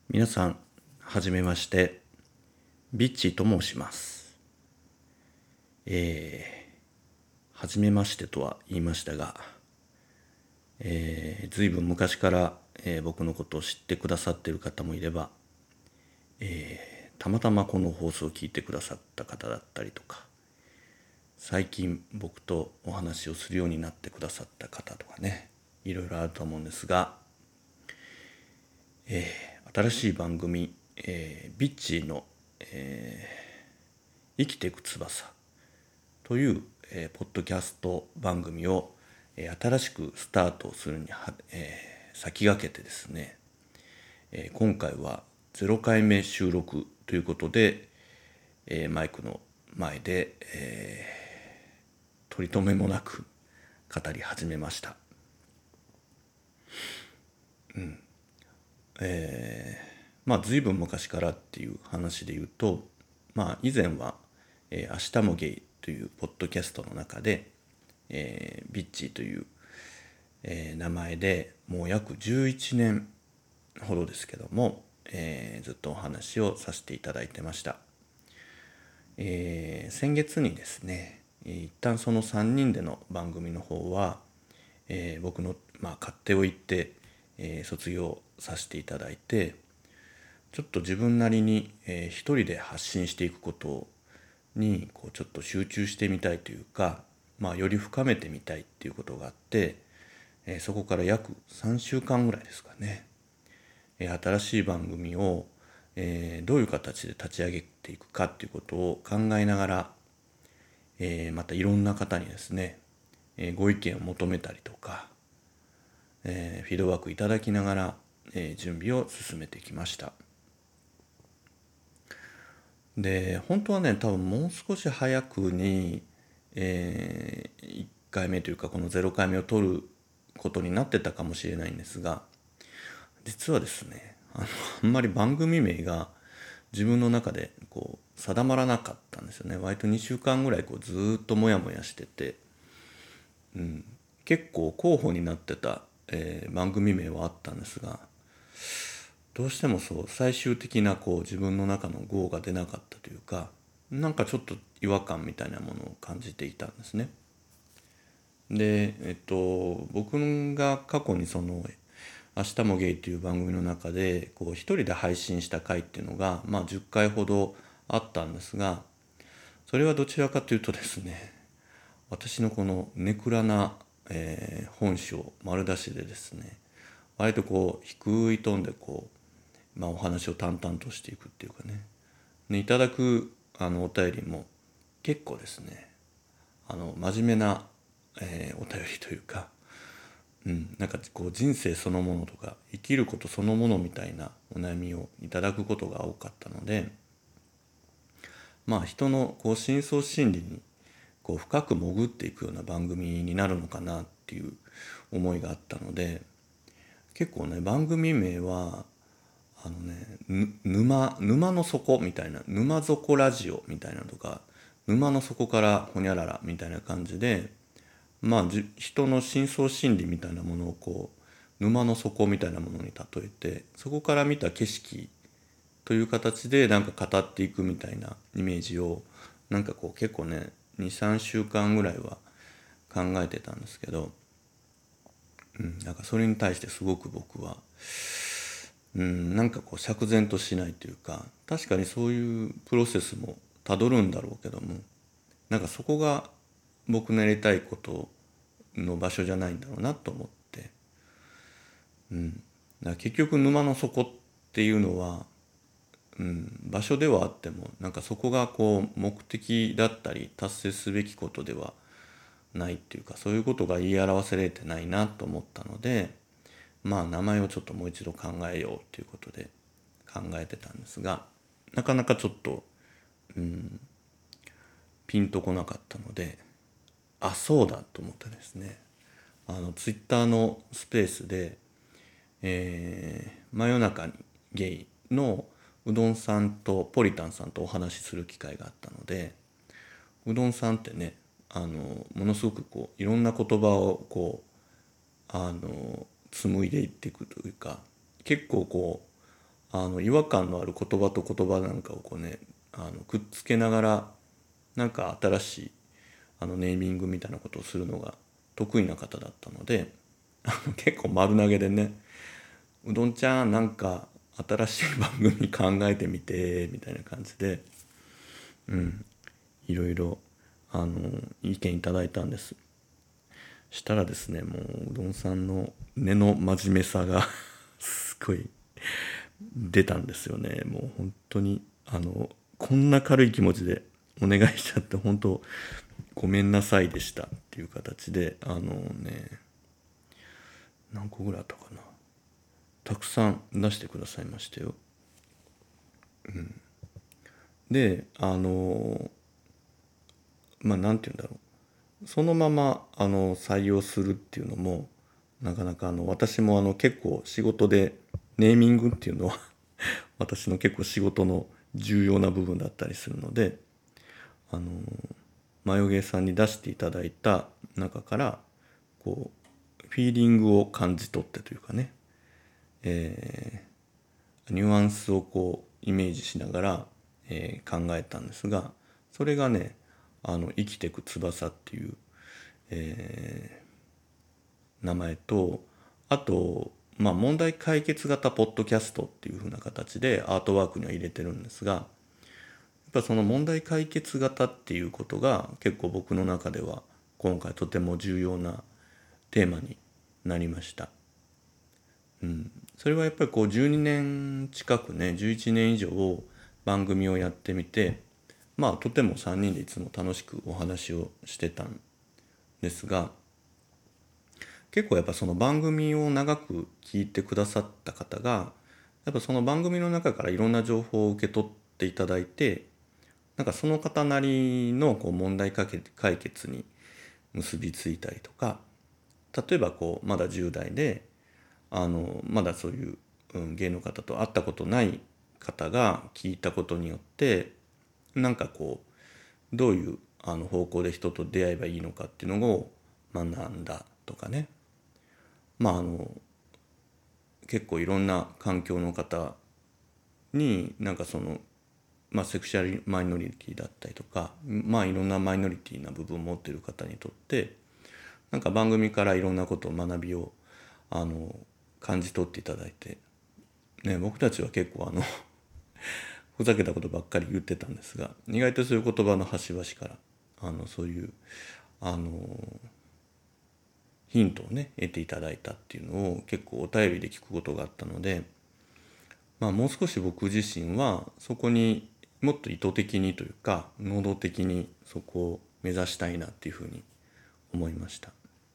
皆さん、はじめまして、ビッチーと申します。はじめましてとは言いましたが、ずいぶん昔から、僕のことを知ってくださっている方もいれば、たまたまこの放送を聞いてくださった方だったりとか、最近僕とお話をするようになってくださった方とかね、いろいろあると思うんですが、新しい番組、ビッチーの、生きていく翼という、ポッドキャスト番組を、新しくスタートするには、先駆けてですね、今回は0回目収録ということで、マイクの前で、取り留めもなく語り始めました。随分昔からっていう話で言うと、以前は、明日もゲイというポッドキャストの中で、ビッチーという、名前でもう約11年ほどですけども、ずっとお話をさせていただいてました。先月にですね、一旦その3人での番組の方は、僕の、勝手を言って、卒業させていただいて、ちょっと自分なりに、一人で発信していくことにちょっと集中してみたいというか、より深めてみたいっていうことがあって、そこから約3週間ぐらいですかね、新しい番組を、どういう形で立ち上げていくかっていうことを考えながら、またいろんな方にですね、ご意見を求めたりとか、フィードバックいただきながら、準備を進めてきました。で、本当はね、多分もう少し早くに、1回目というかこの0回目を取ることになってたかもしれないんですが、実はですね、あんまり番組名が自分の中で定まらなかったんですよね。割と2週間ぐらいずっとモヤモヤしてて、結構候補になってた、番組名はあったんですが、どうしても最終的な自分の中の号が出なかったというか、なんかちょっと違和感みたいなものを感じていたんですね。で、僕が過去に明日もゲイという番組の中で一人で配信した回っていうのが、10回ほどあったんですが、それはどちらかというとですね、私のこのネクラな、本性丸出しでですね、割と低いトーンでお話を淡々としていくっていうかね、でいただくお便りも結構ですね、真面目な、お便りというか、なんか人生そのものとか生きることそのものみたいなお悩みをいただくことが多かったので、人の深層心理に深く潜っていくような番組になるのかなっていう思いがあったので、結構ね、番組名は沼の底みたいな、沼底ラジオみたいなとか、沼の底からほにゃららみたいな感じで、人の深層心理みたいなものを沼の底みたいなものに例えて、そこから見た景色という形でなんか語っていくみたいなイメージを、なんか結構ね、2、3週間ぐらいは考えてたんですけど、なんかそれに対してすごく僕はなんか釈然としないというか、確かにそういうプロセスもたどるんだろうけども、なんかそこが僕のやりたいことの場所じゃないんだろうなと思って、だから結局沼の底っていうのは、場所ではあっても、なんかそこが目的だったり達成すべきことではないっていうか、そういうことが言い表せれてないなと思ったので、名前をちょっともう一度考えようということで考えてたんですが、なかなかちょっとピンとこなかったので、そうだと思ってですね、ツイッターのスペースで、真夜中にゲイのうどんさんとポリタンさんとお話しする機会があったので、うどんさんってね、ものすごくいろんな言葉を紡いでいっていくというか、結構違和感のある言葉と言葉なんかをこうねくっつけながらなんか新しいネーミングみたいなことをするのが得意な方だったので結構丸投げでね「うどんちゃんなんか新しい番組考えてみて」みたいな感じでいろいろ意見いただいたんです。したらですね、もううどんさんの根の真面目さがすごい出たんですよね。もう本当にこんな軽い気持ちでお願いしちゃって本当ごめんなさいでしたっていう形で何個ぐらいあったかな、たくさん出してくださいましたよ。でなんて言うんだろう、そのまま採用するっていうのもなかなか私も結構仕事でネーミングっていうのは私の結構仕事の重要な部分だったりするのでマヨゲーさんに出していただいた中からこうフィーリングを感じ取ってというかね、ニュアンスをこうイメージしながら、考えたんですが、それがね生きてく翼っていう、名前と、あと問題解決型ポッドキャストっていう風な形でアートワークには入れてるんですが、やっぱその問題解決型っていうことが結構僕の中では今回とても重要なテーマになりました。それはやっぱりこう12年近くね、11年以上番組をやってみて、とても3人でいつも楽しくお話をしてたんですが、結構やっぱその番組を長く聞いてくださった方がやっぱその番組の中からいろんな情報を受け取っていただいて、なんかその方なりのこう問題解決に結びついたりとか、例えばこうまだ10代でまだそういう、芸の方と会ったことない方が聞いたことによってなんかこうどういう方向で人と出会えばいいのかっていうのを学んだとかね。結構いろんな環境の方になんかそのセクシャルマイノリティだったりとかいろんなマイノリティな部分を持っている方にとってなんか番組からいろんなことを学びを感じ取っていただいて、ね、僕たちは結構ふざけたことばっかり言ってたんですが、意外とそういう言葉の端々からそういうヒントをね得ていただいたっていうのを結構お便りで聞くことがあったので、もう少し僕自身はそこにもっと意図的にというか能動的にそこを目指したいなっていうふうに思いました。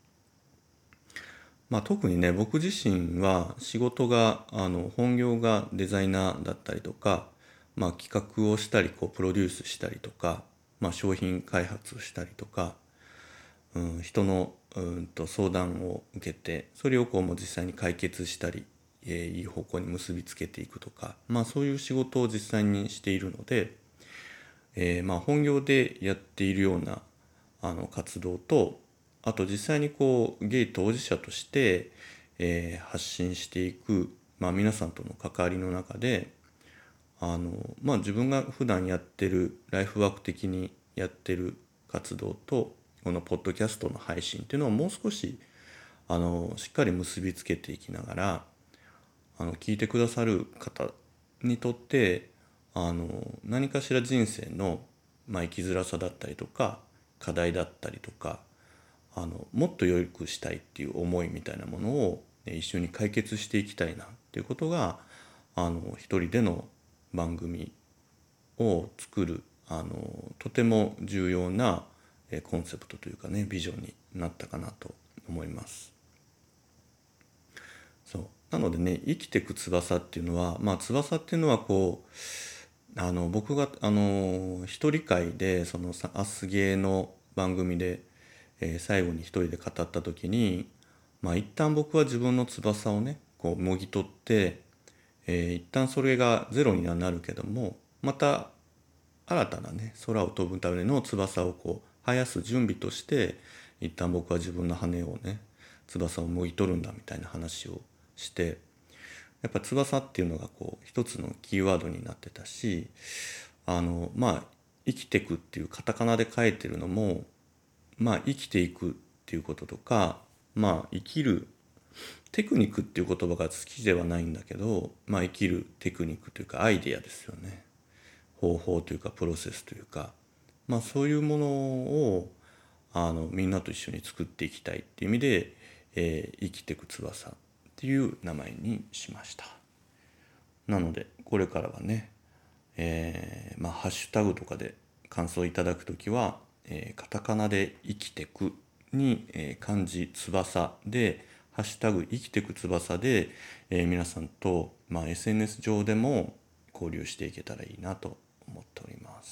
特にね僕自身は仕事が本業がデザイナーだったりとか、企画をしたりこうプロデュースしたりとか、商品開発をしたりとか、人の相談を受けてそれをこうもう実際に解決したり、いい方向に結びつけていくとか、そういう仕事を実際にしているので、本業でやっているような活動と、あと実際にこうゲイ当事者として、発信していく、皆さんとの関わりの中で自分が普段やってるライフワーク的にやってる活動とこのポッドキャストの配信っていうのをもう少ししっかり結びつけていきながら聞いてくださる方にとって何かしら人生の、生きづらさだったりとか課題だったりとかもっと良くしたいっていう思いみたいなものを、一緒に解決していきたいなっていうことが一人での番組を作るとても重要なコンセプトというかねビジョンになったかなと思います。そうなのでね、生きてく翼っていうのは翼っていうのはこう僕が一人会でそのアスゲーの番組で、最後に一人で語った時に一旦僕は自分の翼をねこうもぎ取って、一旦それがゼロにはなるけどもまた新たなね空を飛ぶための翼をこう生やす準備として一旦僕は自分の羽をね翼をもぎ取るんだみたいな話をして、 やっぱ翼っていうのがこう一つのキーワードになってたし、まあ生きてくっていうカタカナで書いてるのも、まあ生きていくっていうこととか、まあ生きるテクニックっていう言葉が好きではないんだけど、まあ生きるテクニックというかアイデアですよね。方法というかプロセスというか、まあそういうものをみんなと一緒に作っていきたいっていう意味で、生きてく翼っていう名前にしました。なのでこれからはね、まあハッシュタグとかで感想いただくときは、カタカナで生きてくに、漢字翼でハッシュタグ生きてく翼で、皆さんと、まあ、SNS 上でも交流していけたらいいなと思っております。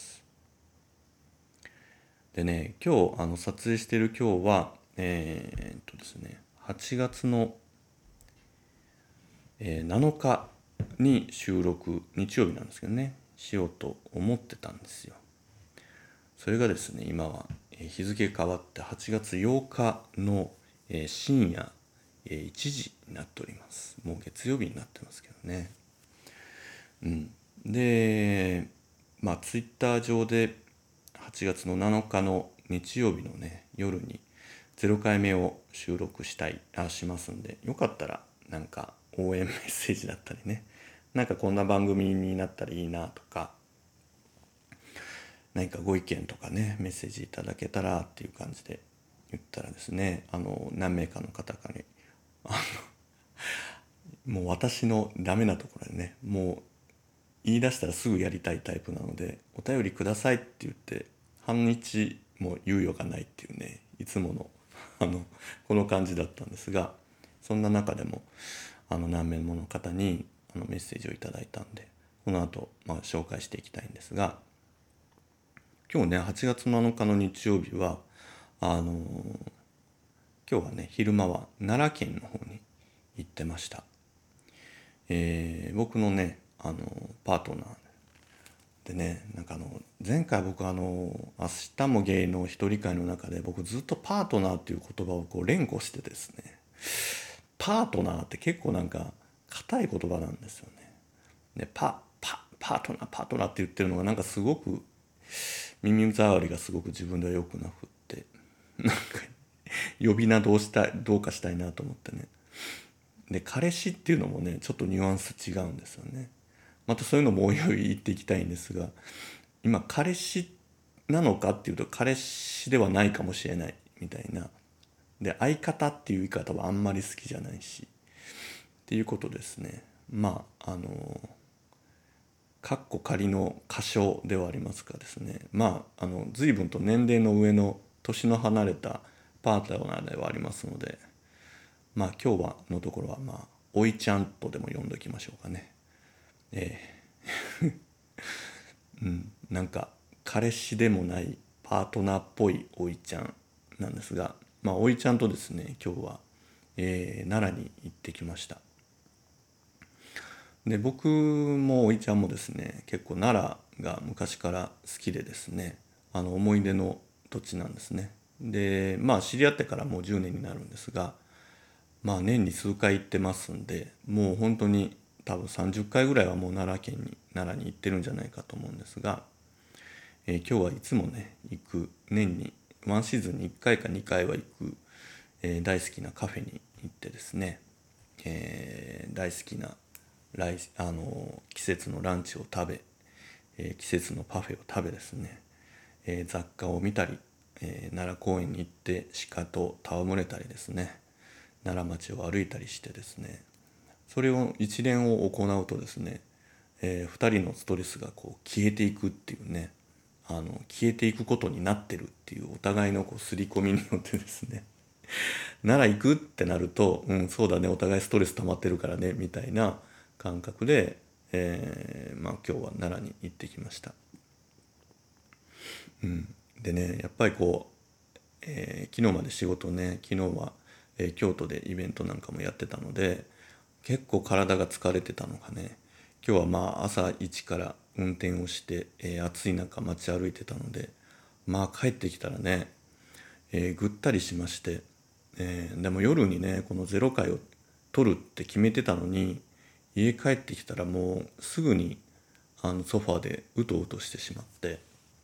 でね、今日撮影している今日はですね、8月の、7日に収録、日曜日なんですけどね、しようと思ってたんですよ。それがですね、今は日付変わって8月8日の深夜1時になっております。もう月曜日になってますけどね。で、まあツイッター上で8月の7日の日曜日のね、夜に0回目を収録しますんで、よかったらなんか応援メッセージだったりね、なんかこんな番組になったらいいなとか、何かご意見とかね、メッセージいただけたらっていう感じで言ったらですね、何名かの方から、もう私のダメなところでね、もう言い出したらすぐやりたいタイプなので、お便りくださいって言って半日も猶予がないっていうね、いつものこの感じだったんですが、そんな中でも何名もの方にメッセージをいただいたんで、この後、まあ、紹介していきたいんですが、今日ね8月7日の日曜日は今日はね昼間は奈良県の方に行ってました。僕のねパートナーでね、なんか前回僕明日もゲイの一人会の中で僕ずっとパートナーっていう言葉をこう連呼してですね、パートナーって結構なんか硬い言葉なんですよね。でパートナーって言ってるのがなんかすごく耳障りがすごく自分では良くなくって、なんか呼び名どうかしたいなと思ってね。で彼氏っていうのもねちょっとニュアンス違うんですよね。またそういうのもおいおい言っていきたいんですが、今彼氏なのかっていうと彼氏ではないかもしれないみたいな。で相方っていう言い方はあんまり好きじゃないしっていうことですね。まあかっこ仮の仮称ではありますがですね、まあ随分と年齢の上の年の離れたパートナーではありますので、まあ今日はのところはまあおいちゃんとでも呼んでおきましょうかね。なんか彼氏でもないパートナーっぽいおいちゃんなんですが、まあおいちゃんとですね今日は、奈良に行ってきました。で僕もおいちゃんもですね結構奈良が昔から好きでですね、思い出の土地なんですね。でまあ知り合ってからもう10年になるんですが、まあ年に数回行ってますんで、もう本当に多分30回ぐらいはもう奈良に行ってるんじゃないかと思うんですが、今日はいつもね行く、年にワンシーズンに1回か2回は行く、大好きなカフェに行ってですね、大好きな季節のランチを食べ、季節のパフェを食べですね、雑貨を見たり、奈良公園に行って鹿と戯れたりですね、奈良町を歩いたりしてですね、それを一連を行うとですね、2人のストレスがこう消えていくっていうね、消えていくことになってるっていうお互いのこう刷り込みによってですね、奈良行くってなると、そうだね、お互いストレス溜まってるからねみたいな感覚で、まあ今日は奈良に行ってきました。でねやっぱりこう、昨日まで仕事ね、昨日は、京都でイベントなんかもやってたので結構体が疲れてたのがね、今日はまあ朝一から運転をして、暑い中街歩いてたので、まあ帰ってきたらね、ぐったりしまして、でも夜にねこの0回を取るって決めてたのに、 家帰ってきたらもうすぐにソファーでうとうとしてしまって、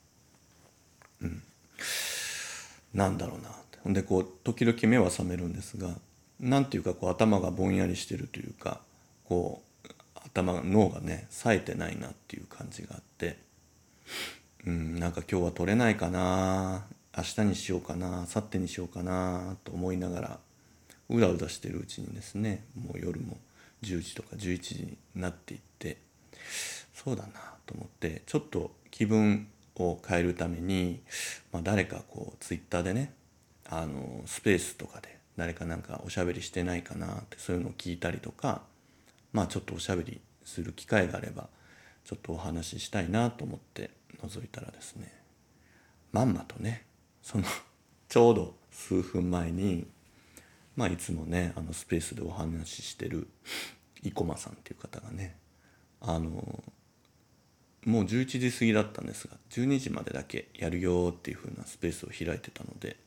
なんだろうなって。ほんでこう時々目は覚めるんですが、なんていうかこう頭がぼんやりしてるというか、こう脳がね冴えてないなっていう感じがあって、なんか今日は取れないかな、明日にしようかな、明後日にしようかなと思いながらうだうだしてるうちにですね、もう夜も10時とか11時になっていって、そうだなと思ってちょっと気分を変えるために、誰かこうツイッターでね、スペースとかで誰かなんかおしゃべりしてないかなって、そういうのを聞いたりとか、ちょっとおしゃべりする機会があればちょっとお話ししたいなと思って覗いたらですね、まんまとね、そのちょうど数分前に、いつもねスペースでお話ししてる生駒さんっていう方がね、あのもう11時過ぎだったんですが、12時までだけやるよっていう風なスペースを開いてたので、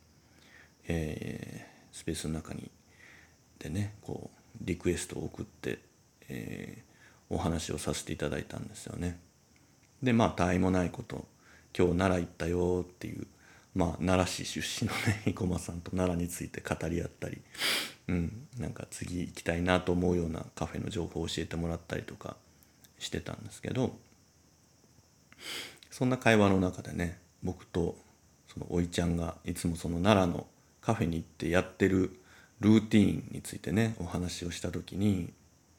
スペースの中にでねこうリクエストを送って、お話をさせていただいたんですよね。で他愛もないこと、今日奈良行ったよっていう、奈良市出身のね生駒さんと奈良について語り合ったり、なんか次行きたいなと思うようなカフェの情報を教えてもらったりとかしてたんですけど、そんな会話の中でね、僕とそのおいちゃんがいつもその奈良のカフェに行ってやってるルーティーンについてねお話をした時に、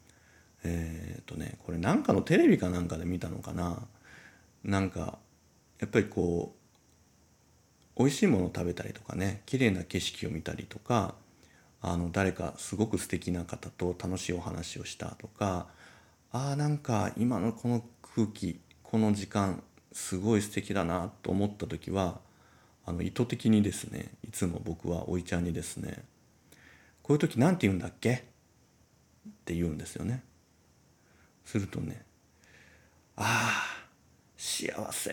これなんかのテレビかなんかで見たのかな、なんかやっぱりこう美味しいものを食べたりとかね、綺麗な景色を見たりとか、誰かすごく素敵な方と楽しいお話をしたとか、なんか今のこの空気、この時間すごい素敵だなと思った時は、意図的にですね、いつも僕はおいちゃんにですね、こういう時なんて言うんだっけって言うんですよね。するとね、幸せ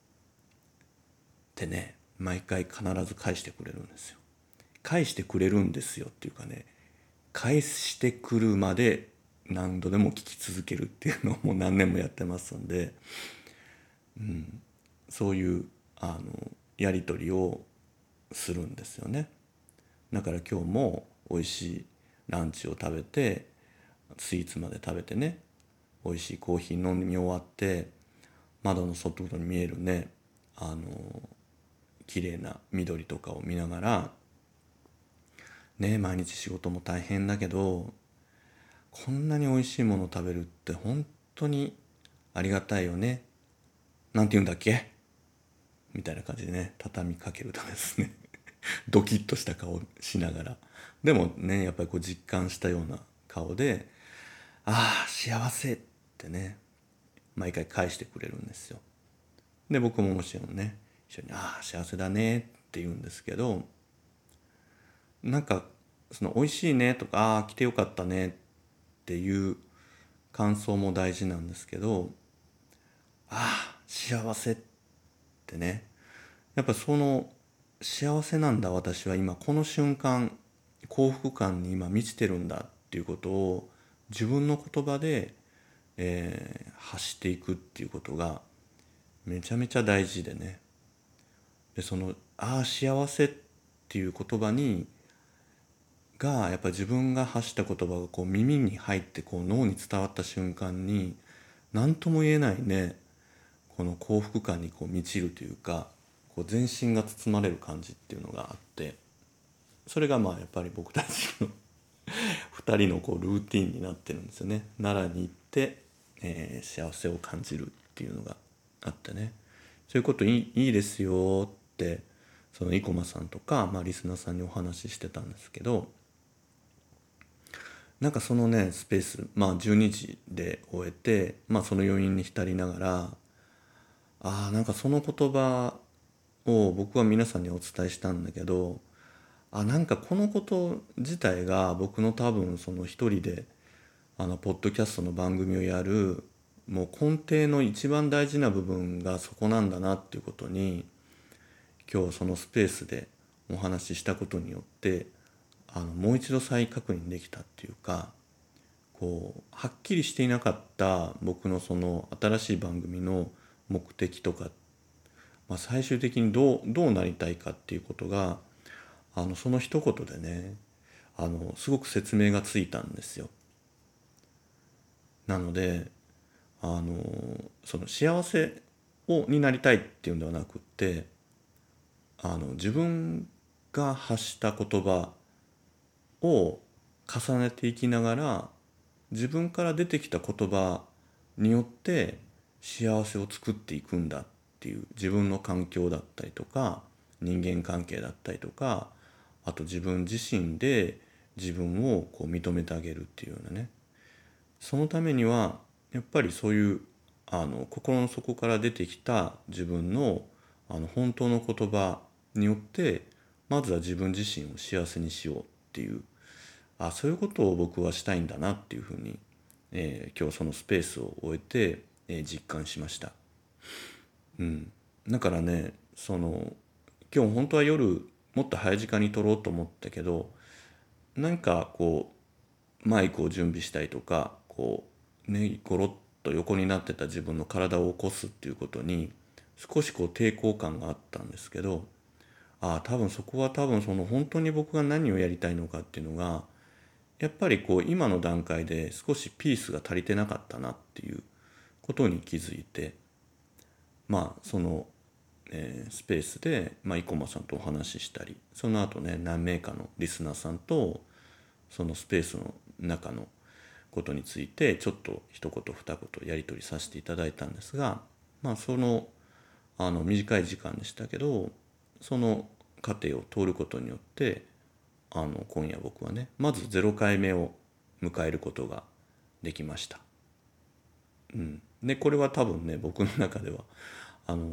ってね、毎回必ず返してくれるんですよ。返してくれるんですよっていうかね、返してくるまで何度でも聞き続けるっていうのをもう何年もやってますんで、そういうやり取りをするんですよね。だから今日も美味しいランチを食べて、スイーツまで食べてね、美味しいコーヒー飲み終わって、窓の外に見えるね綺麗な緑とかを見ながらね、毎日仕事も大変だけどこんなに美味しいものを食べるって本当にありがたいよね、なんて言うんだっけみたいな感じでね畳みかけるとですねドキッとした顔をしながら、でもねやっぱりこう実感したような顔で幸せってね毎回返してくれるんですよ。で僕ももちろんね一緒に幸せだねって言うんですけど、なんかその美味しいねとか来てよかったねっていう感想も大事なんですけど、幸せってね、やっぱその幸せなんだ私は今この瞬間幸福感に今満ちてるんだっていうことを自分の言葉で、発していくっていうことがめちゃめちゃ大事でね。でその幸せっていう言葉にやっぱり自分が発した言葉がこう耳に入ってこう脳に伝わった瞬間に何とも言えないねこの幸福感にこう満ちるというか、こう全身が包まれる感じっていうのがあって、それがやっぱり僕たちの2人のこうルーティンになってるんですよね。奈良に行って、幸せを感じるっていうのがあってね、そういうこといいですよってその生駒さんとか、リスナーさんにお話ししてたんですけど、なんかそのねスペース12時で終えて、その余韻に浸りながら、なんかその言葉を僕は皆さんにお伝えしたんだけど、なんかこのこと自体が僕の多分その一人でポッドキャストの番組をやるもう根底の一番大事な部分がそこなんだなっていうことに今日そのスペースでお話ししたことによってもう一度再確認できたっていうか、 はっきりしていなかった僕のその新しい番組の目的とか、最終的にどうなりたいかっていうことがその一言でねすごく説明がついたんですよ。なのでその幸せになりたいっていうんではなくって、自分が発した言葉を重ねていきながら、自分から出てきた言葉によって幸せを作っていくんだっていう、自分の環境だったりとか人間関係だったりとか、あと自分自身で自分を認めてあげるっていうようなね。そのためにはやっぱりそういう心の底から出てきた自分の本当の言葉によってまずは自分自身を幸せにしようっていう、そういうことを僕はしたいんだなっていうふうに、今日そのスペースを終えて、実感しました。だからね、今日本当は夜もっと早い時間に撮ろうと思ったけど、なんかマイクを準備したりとかゴロッと横になってた自分の体を起こすっていうことに少し抵抗感があったんですけど、多分そこはその本当に僕が何をやりたいのかっていうのがやっぱり今の段階で少しピースが足りてなかったなっていうことに気づいて、その、スペースで、生駒さんとお話ししたり、その後ね何名かのリスナーさんとそのスペースの中のことについてちょっと一言二言やり取りさせていただいたんですが、その短い時間でしたけど、その過程を通ることによって今夜僕はねまず0回目を迎えることができました。でこれは多分ね僕の中ではあの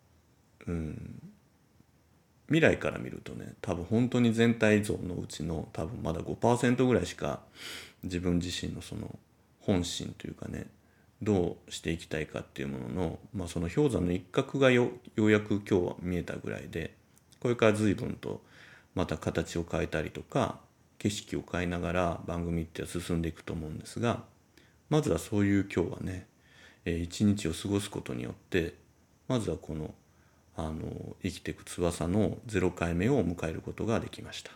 未来から見るとね多分本当に全体像のうちの多分まだ 5% ぐらいしか自分自身のその本心というかね、どうしていきたいかっていうものの、その氷山の一角がようやく今日は見えたぐらいで、これから随分とまた形を変えたりとか景色を変えながら番組って進んでいくと思うんですが、まずはそういう今日はね一日を過ごすことによってまずはこの生きていく翼の0回目を迎えることができました。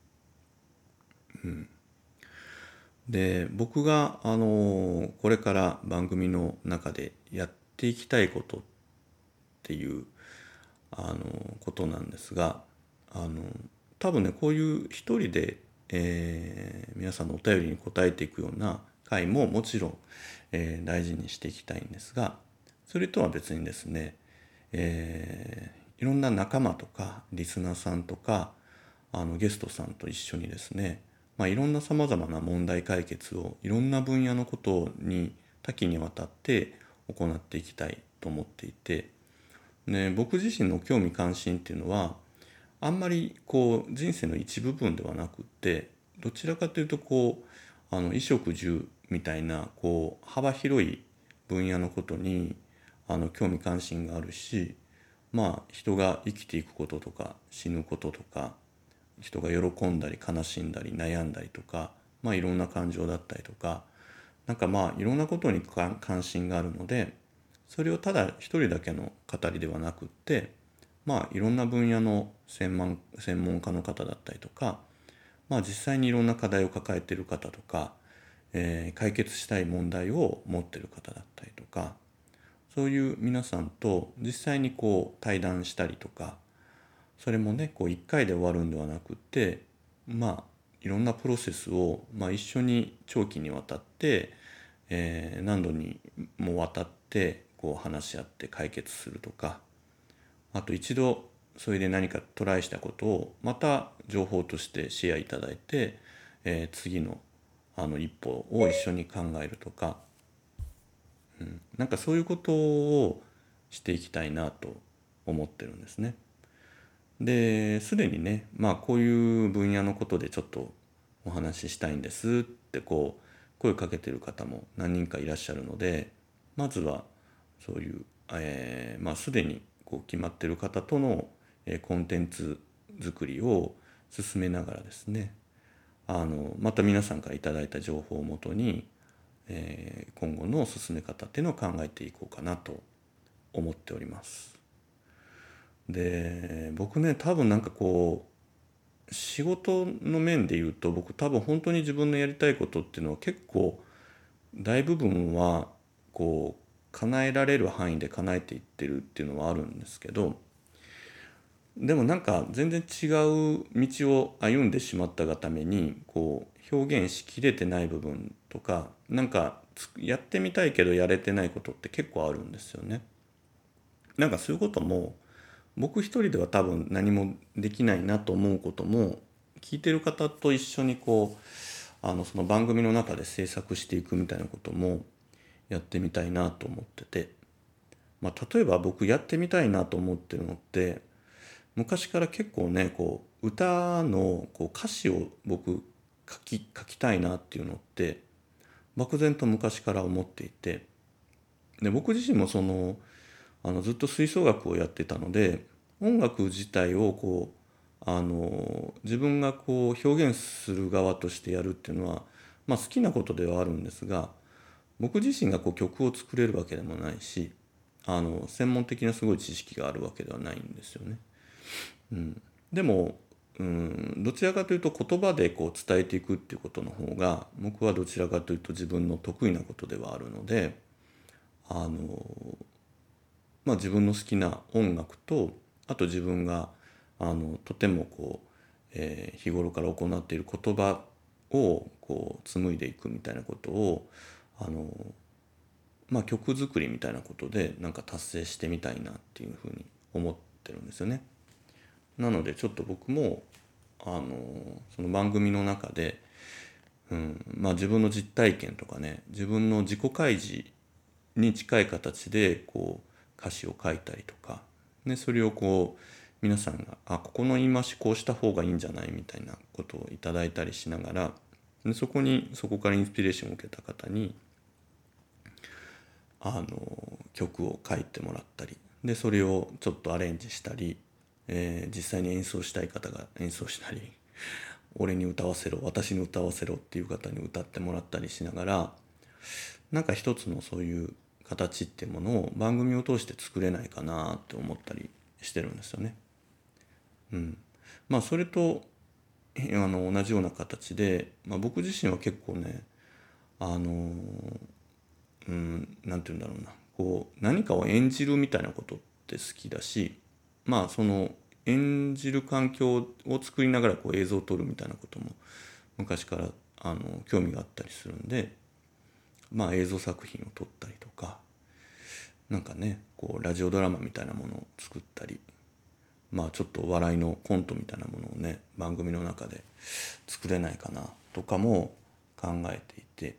で僕がこれから番組の中でやっていきたいことっていうことなんですが、多分ねこういう一人で、皆さんのお便りに答えていくような回ももちろん、大事にしていきたいんですが、それとは別にですね、いろんな仲間とかリスナーさんとかゲストさんと一緒にですね、いろんなさまざまな問題解決をいろんな分野のことに多岐にわたって行っていきたいと思っていて、僕自身の興味関心っていうのはあんまり人生の一部分ではなくって、どちらかというと衣食住みたいな幅広い分野のことに興味関心があるし、人が生きていくこととか死ぬこととか、人が喜んだり悲しんだり悩んだりとか、いろんな感情だったりとか、いろんなことに関心があるので、それをただ一人だけの語りではなくって、いろんな分野の専門家の方だったりとか、実際にいろんな課題を抱えている方とか、解決したい問題を持っている方だったりとか、そういう皆さんと実際に対談したりとか、それもね一回で終わるんではなくって、いろんなプロセスを、一緒に長期にわたって、何度にもわたって話し合って解決するとか、あと一度それで何かトライしたことをまた情報としてシェアいただいて、次の一歩を一緒に考えるとか、そういうことをしていきたいなと思ってるんですね。ですでにね、こういう分野のことでちょっとお話ししたいんですって声かけてる方も何人かいらっしゃるので、まずはそういう、すでに決まってる方との、コンテンツ作りを進めながらですね、また皆さんからいただいた情報をもとに今後の進め方っていうのを考えていこうかなと思っております。で、僕ね、多分なんかこう仕事の面で言うと、僕多分本当に自分のやりたいことっていうのは結構大部分はこう叶えられる範囲で叶えていってるっていうのはあるんですけど、でもなんか全然違う道を歩んでしまったがためにこう表現しきれてない部分とか、なんかやってみたいけどやれてないことって結構あるんですよね。なんかそういうことも僕一人では多分何もできないなと思うことも、聞いてる方と一緒にこうその番組の中で制作していくみたいなこともやってみたいなと思ってて、例えば僕やってみたいなと思ってるのって、昔から結構ねこう歌のこう歌詞を僕書きたいなっていうのって漠然と昔から思っていて、で僕自身もずっと吹奏楽をやってたので、音楽自体をこう自分がこう表現する側としてやるっていうのは、好きなことではあるんですが、僕自身がこう曲を作れるわけでもないし、専門的なすごい知識があるわけではないんですよね。でも、どちらかというと言葉でこう伝えていくっていうことの方が僕はどちらかというと自分の得意なことではあるので、あの自分の好きな音楽と、あと自分がとてもこう、日頃から行っている言葉をこう紡いでいくみたいなことをあの、曲作りみたいなことでなんか達成してみたいなっていうふうに思ってるんですよね。なのでちょっと僕もその番組の中で、自分の実体験とかね、自分の自己開示に近い形でこう歌詞を書いたりとか、でそれをこう皆さんがここの言い回しこうした方がいいんじゃないみたいなことをいただいたりしながら、でそこからインスピレーションを受けた方に曲を書いてもらったり、でそれをちょっとアレンジしたり、実際に演奏したい方が演奏したり、俺に歌わせろ、私に歌わせろっていう方に歌ってもらったりしながら、なんか一つのそういう形っていうものを番組を通して作れないかなって思ったりしてるんですよね。それと同じような形で、僕自身は結構ねなんて言うんだろうな、こう何かを演じるみたいなことって好きだし、その演じる環境を作りながらこう映像を撮るみたいなことも昔から興味があったりするんで、映像作品を撮ったりとか、なんかねこうラジオドラマみたいなものを作ったり、ちょっと笑いのコントみたいなものをね番組の中で作れないかなとかも考えていて、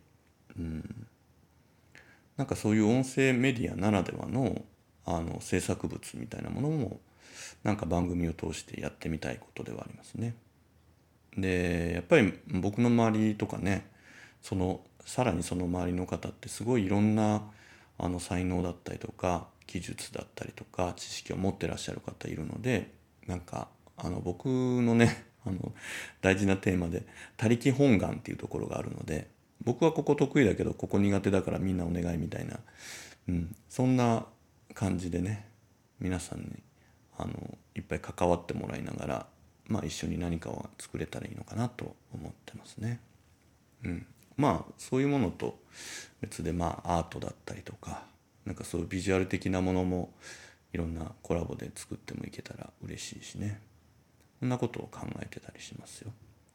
なんかそういう音声メディアならではの制作物みたいなものもなんか番組を通してやってみたいことではありますね。でやっぱり僕の周りとかね、さらにその周りの方ってすごいいろんな才能だったりとか技術だったりとか知識を持ってらっしゃる方いるので、なんか僕のね大事なテーマで他力本願っていうところがあるので、僕はここ得意だけどここ苦手だからみんなお願いみたいな、そんな感じでね皆さんにいっぱい関わってもらいながら、一緒に何かを作れたらいいのかなと思ってますね。そういうものと別でアートだったりとか、なんかそういうビジュアル的なものもいろんなコラボで作ってもいけたら嬉しいしね、そんなことを考えてたりしますよ。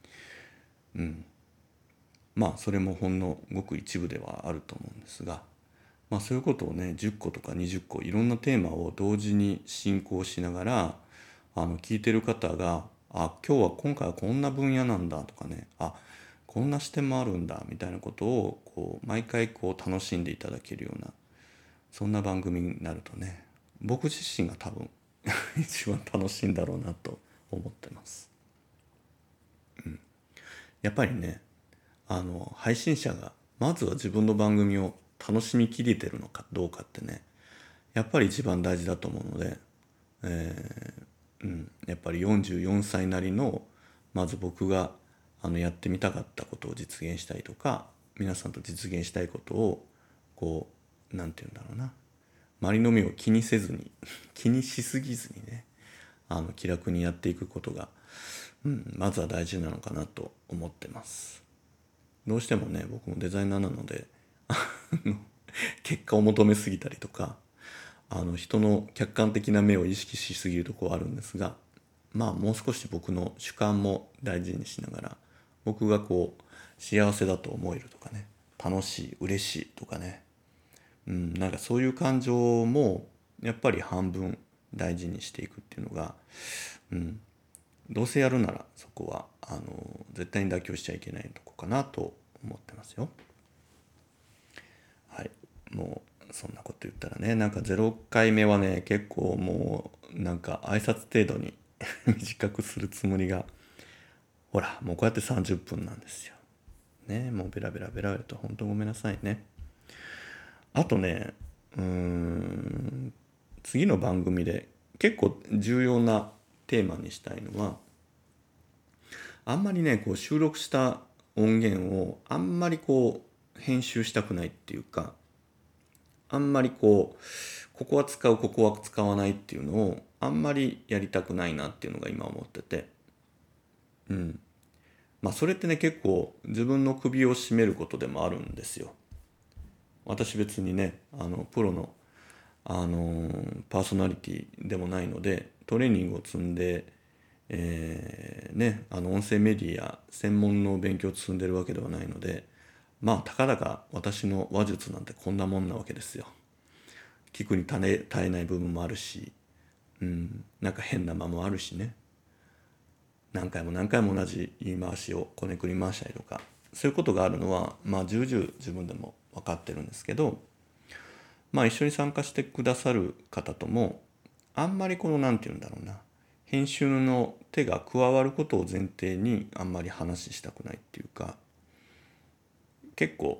それもほんのごく一部ではあると思うんですが、そういうことをね10個とか20個いろんなテーマを同時に進行しながら聞いてる方が今回はこんな分野なんだとかね、こんな視点もあるんだみたいなことをこう毎回こう楽しんでいただけるような、そんな番組になるとね僕自身が多分一番楽しいんだろうなと思ってます。やっぱりね配信者がまずは自分の番組を楽しみきれてるのかどうかってねやっぱり一番大事だと思うので、やっぱり44歳なりのまず僕がやってみたかったことを実現したりとか、 皆さんと実現したいことをこうなんて言うんだろうな、周りの目を気にせずに気にしすぎずにね、気楽にやっていくことが、まずは大事なのかなと思ってます。どうしてもね、僕もデザイナーなので結果を求めすぎたりとか、人の客観的な目を意識しすぎるところはあるんですが、もう少し僕の主観も大事にしながら、僕がこう幸せだと思えるとかね、楽しい嬉しいとかね、なんかそういう感情もやっぱり半分大事にしていくっていうのが、どうせやるならそこは絶対に妥協しちゃいけないとこかなと思ってますよ。はい、もうそんなこと言ったらね、なんか0回目はね結構もうなんか挨拶程度に短くするつもりが、ほらもうこうやって30分なんですよね。もうベラベラベラベラと本当ごめんなさいね。あとね、次の番組で結構重要なテーマにしたいのは、あんまりねこう収録した音源をあんまりこう編集したくないっていうか、あんまりここは使うここは使わないっていうのをあんまりやりたくないなっていうのが今思ってて、それってね結構自分の首を絞めることでもあるんですよ。私別にねプロのパーソナリティでもないので、トレーニングを積んで、音声メディア専門の勉強を積んでるわけではないので、たかだか私の話術なんてこんなもんなわけですよ。聞くに耐えない部分もあるし、なんか変な間もあるしね、何回も何回も同じ言い回しをこねくり回したりとか、そういうことがあるのは重々自分でも分かってるんですけど、一緒に参加してくださる方ともあんまりなんて言うんだろうな、編集の手が加わることを前提にあんまり話したくないっていうか、結構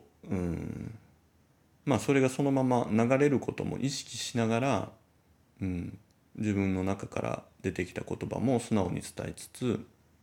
それがそのまま流れることも意識しながら、自分の中から出てきた言葉も素直に伝えつつ、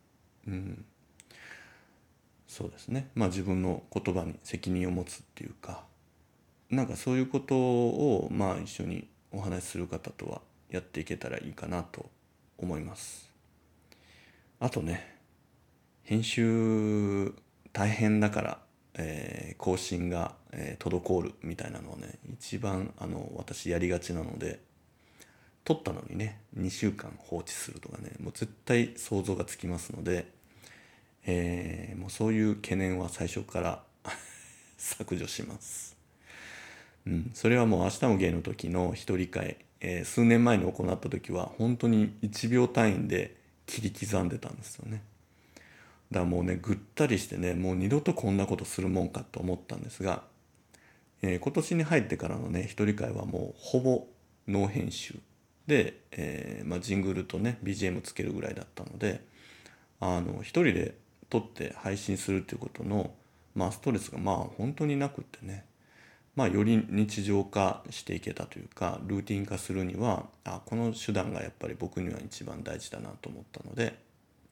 そうですね、自分の言葉に責任を持つっていうか、なんかそういうことを一緒にお話しする方とはやっていけたらいいかなと思います。あとね、編集大変だから、更新が、滞るみたいなのはね一番私やりがちなので、撮ったのにね2週間放置するとかね、もう絶対想像がつきますので、もうそういう懸念は最初から削除します。それはもう明日も芸の時の一人会、数年前に行った時は本当に1秒単位で切り刻んでたんですよね。だからもうねぐったりしてね、もう二度とこんなことするもんかと思ったんですが、今年に入ってからのね一人会はもうほぼノー編集で、ジングルとね BGM つけるぐらいだったので、一人で撮って配信するっていうことの、ストレスが本当になくってね、より日常化していけたというか、ルーティン化するにはこの手段がやっぱり僕には一番大事だなと思ったので、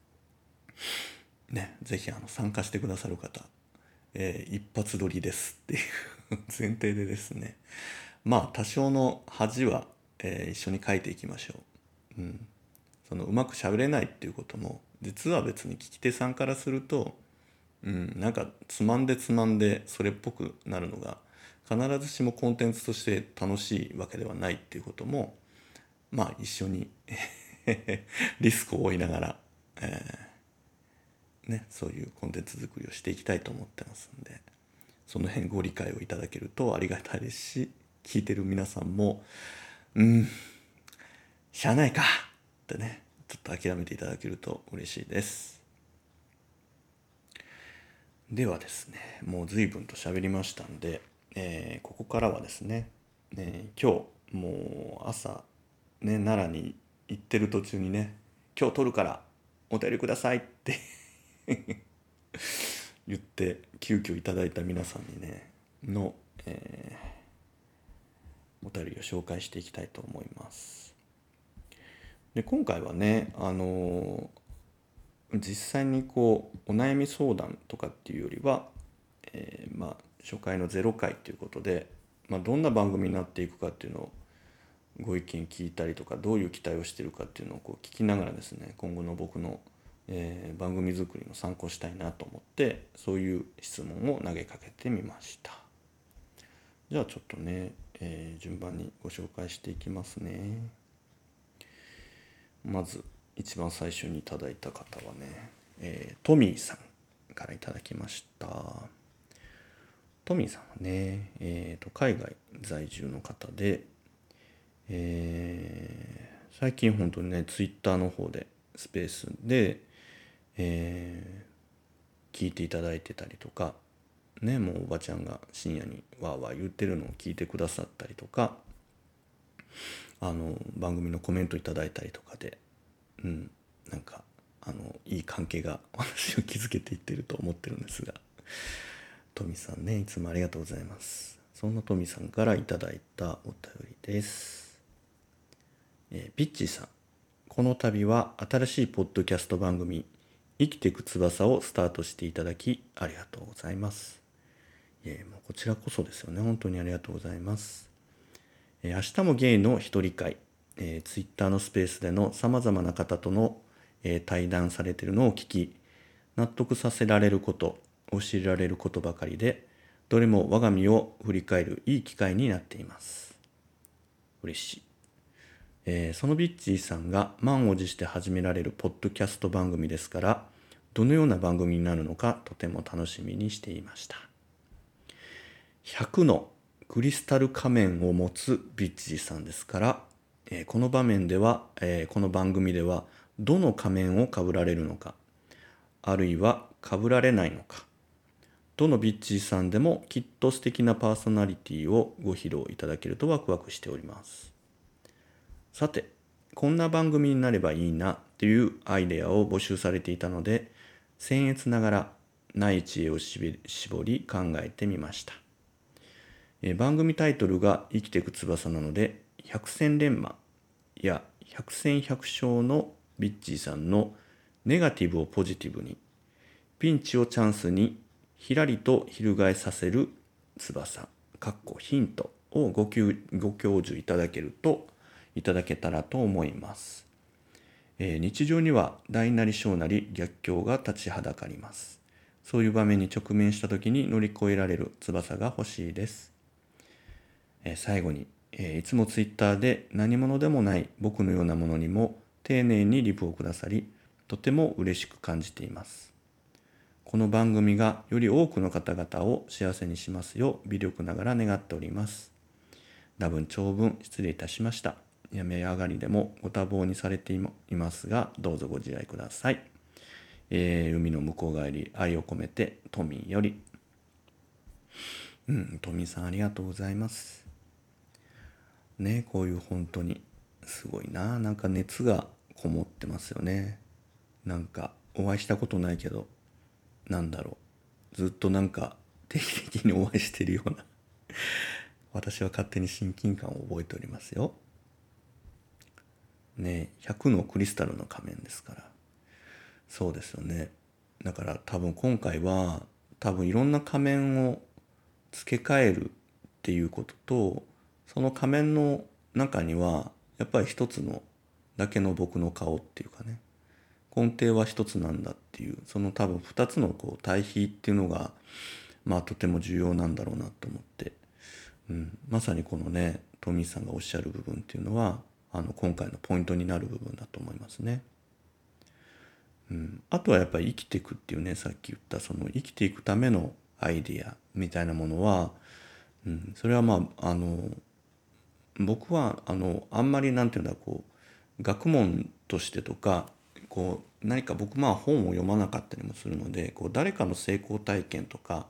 ね、ぜひ参加してくださる方、一発撮りですっていう前提でですね、多少の恥は、一緒に書いていきましょう。うまく喋れないっていうことも実は別に聞き手さんからすると、なんかつまんでつまんでそれっぽくなるのが必ずしもコンテンツとして楽しいわけではないっていうことも、一緒にリスクを負いながら、そういうコンテンツ作りをしていきたいと思ってますんで、その辺ご理解をいただけるとありがたいですし、聞いてる皆さんもしゃあないかってね、ちょっと諦めていただけると嬉しいです。ではですね、もう随分と喋りましたんで、ここからはですね、今日もう朝ね奈良に行ってる途中にね、今日撮るからお便りくださいって言って急遽いただいた皆さんにねの、お便りを紹介していきたいと思います。で今回はね実際にお悩み相談とかっていうよりは、 初回の0回ということで、どんな番組になっていくかっていうのをご意見聞いたりとか、どういう期待をしているかっていうのをこう聞きながらですね、今後の僕の、番組作りの参考したいなと思って、そういう質問を投げかけてみました。じゃあちょっとね、順番にご紹介していきますね。まず一番最初にいただいた方はね、トミーさんからいただきました。トミーさんはね、海外在住の方で、最近本当にね、ツイッターの方でスペースで、聞いていただいてたりとか、ね、もうおばちゃんが深夜にわーわー言ってるのを聞いてくださったりとか、番組のコメントいただいたりとかで、なんかいい関係が私を築けていってると思ってるんですが、トミさんね、いつもありがとうございます。そんなトミさんからいただいたお便りです。ピッチーさん、この度は新しいポッドキャスト番組生きてく翼をスタートしていただきありがとうございます。もうこちらこそですよね。本当にありがとうございます。明日もゲイの一人会、ツイッターのスペースでのさまざまな方との、対談されているのを聞き、納得させられること、教えられることばかりで、どれも我が身を振り返るいい機会になっています。嬉しい。そのビッチーさんが満を持して始められるポッドキャスト番組ですから、どのような番組になるのかとても楽しみにしていました。100のクリスタル仮面を持つビッチーさんですから、この場面では、この番組ではどの仮面をかぶられるのか、あるいはかぶられないのか、どのビッチーさんでもきっと素敵なパーソナリティをご披露いただけるとワクワクしております。さて、こんな番組になればいいなというアイデアを募集されていたので、僭越ながらない知恵を絞り考えてみました。番組タイトルが生きてく翼なので、百戦錬磨や百戦百勝のビッチーさんのネガティブをポジティブに、ピンチをチャンスにひらりと翻させる翼ヒントをご教授いただけたらと思います。日常には大なり小なり逆境が立ちはだかります。そういう場面に直面した時に乗り越えられる翼が欲しいです。最後に、いつもツイッターで何者でもない僕のようなものにも丁寧にリプをくださり、とても嬉しく感じています。この番組がより多くの方々を幸せにしますよう微力ながら願っております。多分長文失礼いたしました。やめ上がりでもご多忙にされていますが、どうぞご自愛ください。海の向こう側に愛を込めてトミーより。トミーさんありがとうございます。ね、こういう本当にすごいな、なんか熱がこもってますよね。なんかお会いしたことないけど、なんだろう、ずっとなんか定期的にお会いしているような私は勝手に親近感を覚えておりますよ。ね、100のクリスタルの仮面ですから。そうですよね。だから多分今回はいろんな仮面を付け替えるっていうことと、その仮面の中にはやっぱり一つのだけの僕の顔っていうかね、根底は一つなんだっていう、その多分二つのこう対比っていうのがとても重要なんだろうなと思って、まさにこのね、トミーさんがおっしゃる部分っていうのは今回のポイントになる部分だと思いますね。あとはやっぱり生きていくっていうね、さっき言ったその生きていくためのアイディアみたいなものは、それは僕はあんまりなんていうんだ、こう学問としてとか、こう何か僕本を読まなかったりもするので、こう誰かの成功体験とか、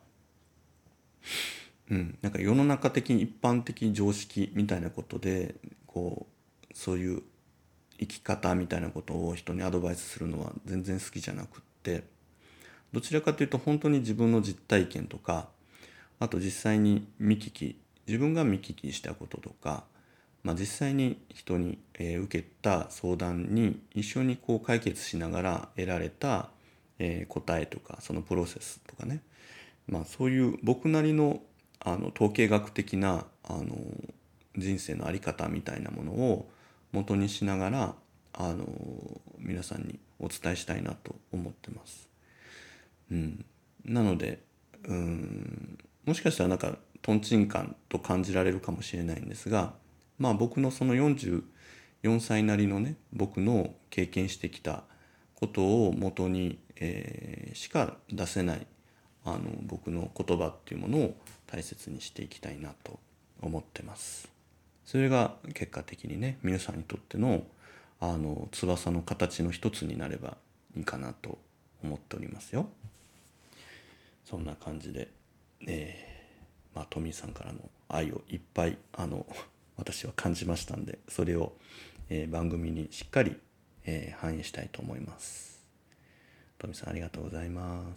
なんか世の中的に一般的常識みたいなことで、こうそういう生き方みたいなことを人にアドバイスするのは全然好きじゃなくって、どちらかというと本当に自分の実体験とか、あと実際に自分が見聞きしたこととか、実際に人に受けた相談に一緒に解決しながら得られた答えとか、そのプロセスとかね、 そういう僕なりの統計学的な人生の在り方みたいなものを元にしながら皆さんにお伝えしたいなと思ってます。なのでもしかしたらとんちんかんと感じられるかもしれないんですが、僕のその44歳なりのね、僕の経験してきたことを元に、しか出せない僕の言葉っていうものを大切にしていきたいなと思ってます。それが結果的にね、皆さんにとっての翼の形の一つになればいいかなと思っておりますよ。そんな感じで、トミーさんからの愛をいっぱい私は感じましたんで、それを、番組にしっかり、反映したいと思います。トミーさんありがとうございます。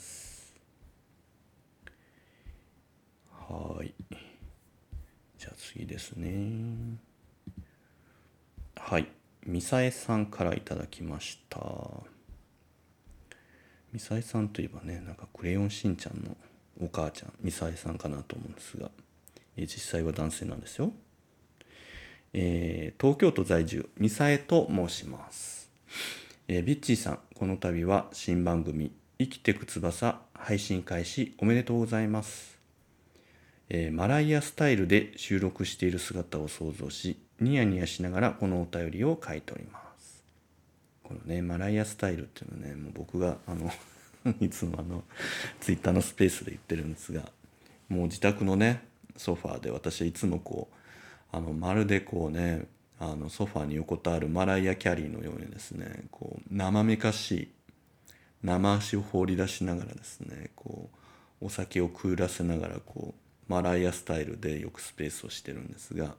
はい。じゃあ次ですね。はい。ミサエさんからいただきました。ミサエさんといえばね、クレヨンしんちゃんのお母ちゃん、ミサエさんかなと思うんですが、実際は男性なんですよ。東京都在住、ミサエと申します。ビッチーさん、この度は新番組、生きてく翼、配信開始おめでとうございます。マライアスタイルで収録している姿を想像し、ニヤニヤしながらこのお便りを書いております。このね、マライアスタイルっていうのはね、もう僕がいつもツイッターのスペースで言ってるんですが、もう自宅のね、ソファーで私はいつもまるでソファーに横たわるマライア・キャリーのようにですね、生めかしい生足を放り出しながらですね、お酒をくゆらせながらマライアスタイルでよくスペースをしてるんですが、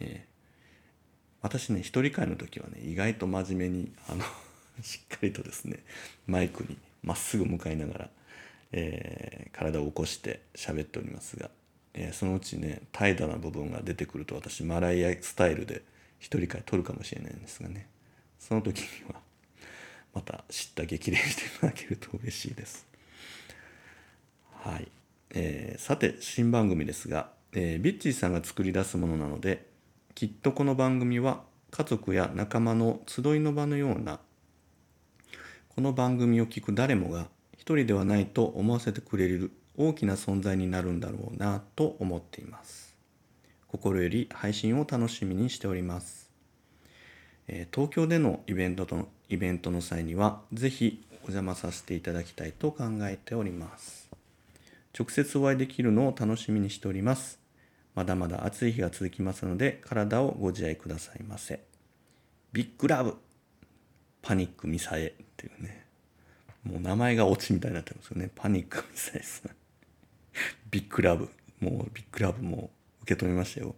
私ね、一人会の時はね、意外と真面目にしっかりとですね、マイクにまっすぐ向かいながら、体を起こして喋っておりますが、そのうちね、怠惰な部分が出てくると私マライアスタイルで一人会取るかもしれないんですがね、その時にはまた知った激励していただけると嬉しいです。はい。さて新番組ですが、ビッチーさんが作り出すものなので、きっとこの番組は家族や仲間の集いの場のような、この番組を聞く誰もが一人ではないと思わせてくれる大きな存在になるんだろうなと思っています。心より配信を楽しみにしております。東京でのイベントの際にはぜひお邪魔させていただきたいと考えております。直接お会いできるのを楽しみにしております。まだまだ暑い日が続きますので体をご自愛くださいませ。ビッグラブパニックミサエっていうね、もう名前がオチみたいになってますよね。パニックミサエさんビッグラブ、もうビッグラブも受け止めましたよ。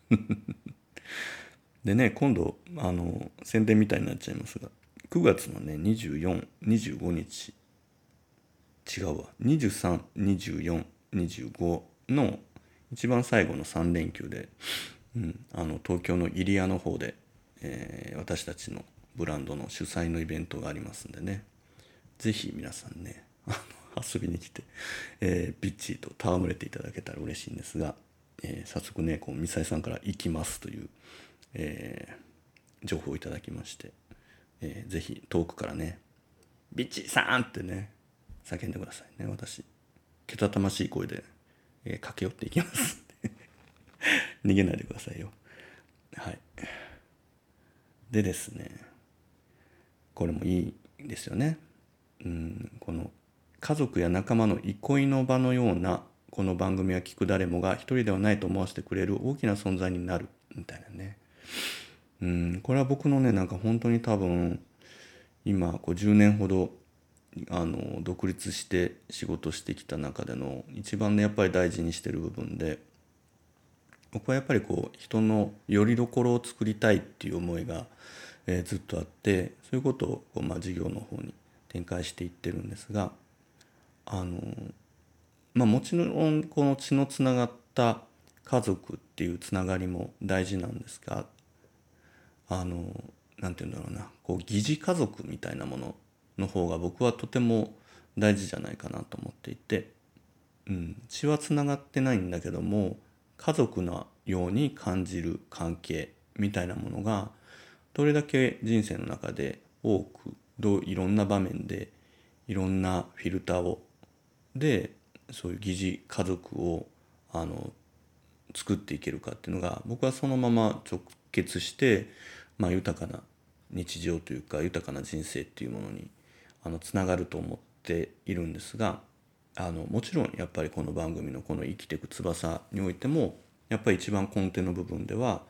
でね、今度宣伝みたいになっちゃいますが、9月のね24、25日、違うわ、23、24、25の一番最後の3連休で、東京の入谷の方で、私たちのブランドの主催のイベントがありますんでね、ぜひ皆さんね遊びに来て、ビッチーと戯れていただけたら嬉しいんですが、早速ねミサイさんから行きますという、情報をいただきまして、ぜひ遠くからねビッチーさんってね叫んでくださいね。私けたたましい声で、駆け寄っていきます逃げないでくださいよ。はい。でですね、これもいいですよね。この家族や仲間の憩いの場のようなこの番組は聞く誰もが一人ではないと思わせてくれる大きな存在になるみたいなね。これは僕のね本当に多分今10年ほど独立して仕事してきた中での一番ねやっぱり大事にしてる部分で、僕はやっぱり人の拠り所を作りたいっていう思いが、ずっとあって、そういうことを事業の方に展開していってるんですが、もちろんこの血のつながった家族っていうつながりも大事なんですが、なんていうんだろうな、疑似家族みたいなものの方が僕はとても大事じゃないかなと思っていて、 血はつながってないんだけども家族のように感じる関係みたいなものがどれだけ人生の中で多くいろんな場面でいろんなフィルターをでそういう疑似家族を作っていけるかっていうのが僕はそのまま直結して、豊かな日常というか豊かな人生っていうものにつながると思っているんですがもちろんやっぱりこの番組のこの「生きてく翼」においてもやっぱり一番根底の部分では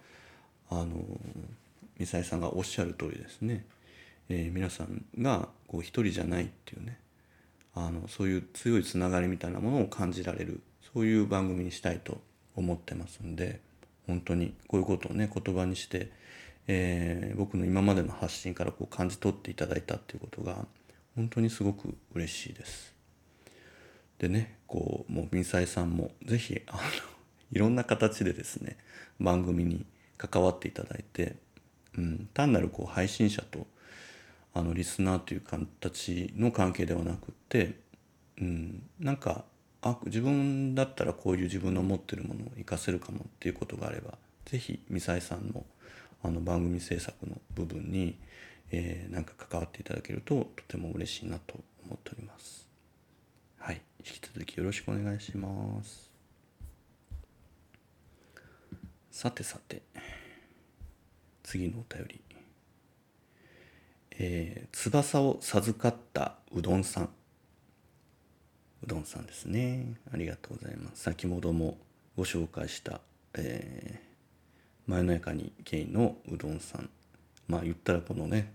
ミサイさんがおっしゃる通りですね、皆さんがこう一人じゃないっていうねそういう強いつながりみたいなものを感じられるそういう番組にしたいと思ってますんで本当にこういうことをね言葉にして、僕の今までの発信からこう感じ取っていただいたっていうことが本当にすごく嬉しいです。でねこうもうミサイさんもぜひいろんな形でですね番組に関わっていただいて、単なるこう配信者とリスナーという形の関係ではなくって、なんか自分だったらこういう自分の持ってるものを活かせるかもっていうことがあればぜひミサイさんの番組制作の部分に、なんか関わっていただけるととても嬉しいなと思っております。はい、引き続きよろしくお願いします。さてさて次のお便り、翼を授かったうどんさんですね。ありがとうございます。先ほどもご紹介した、真夜中にゲイのうどんさん。言ったらこのね、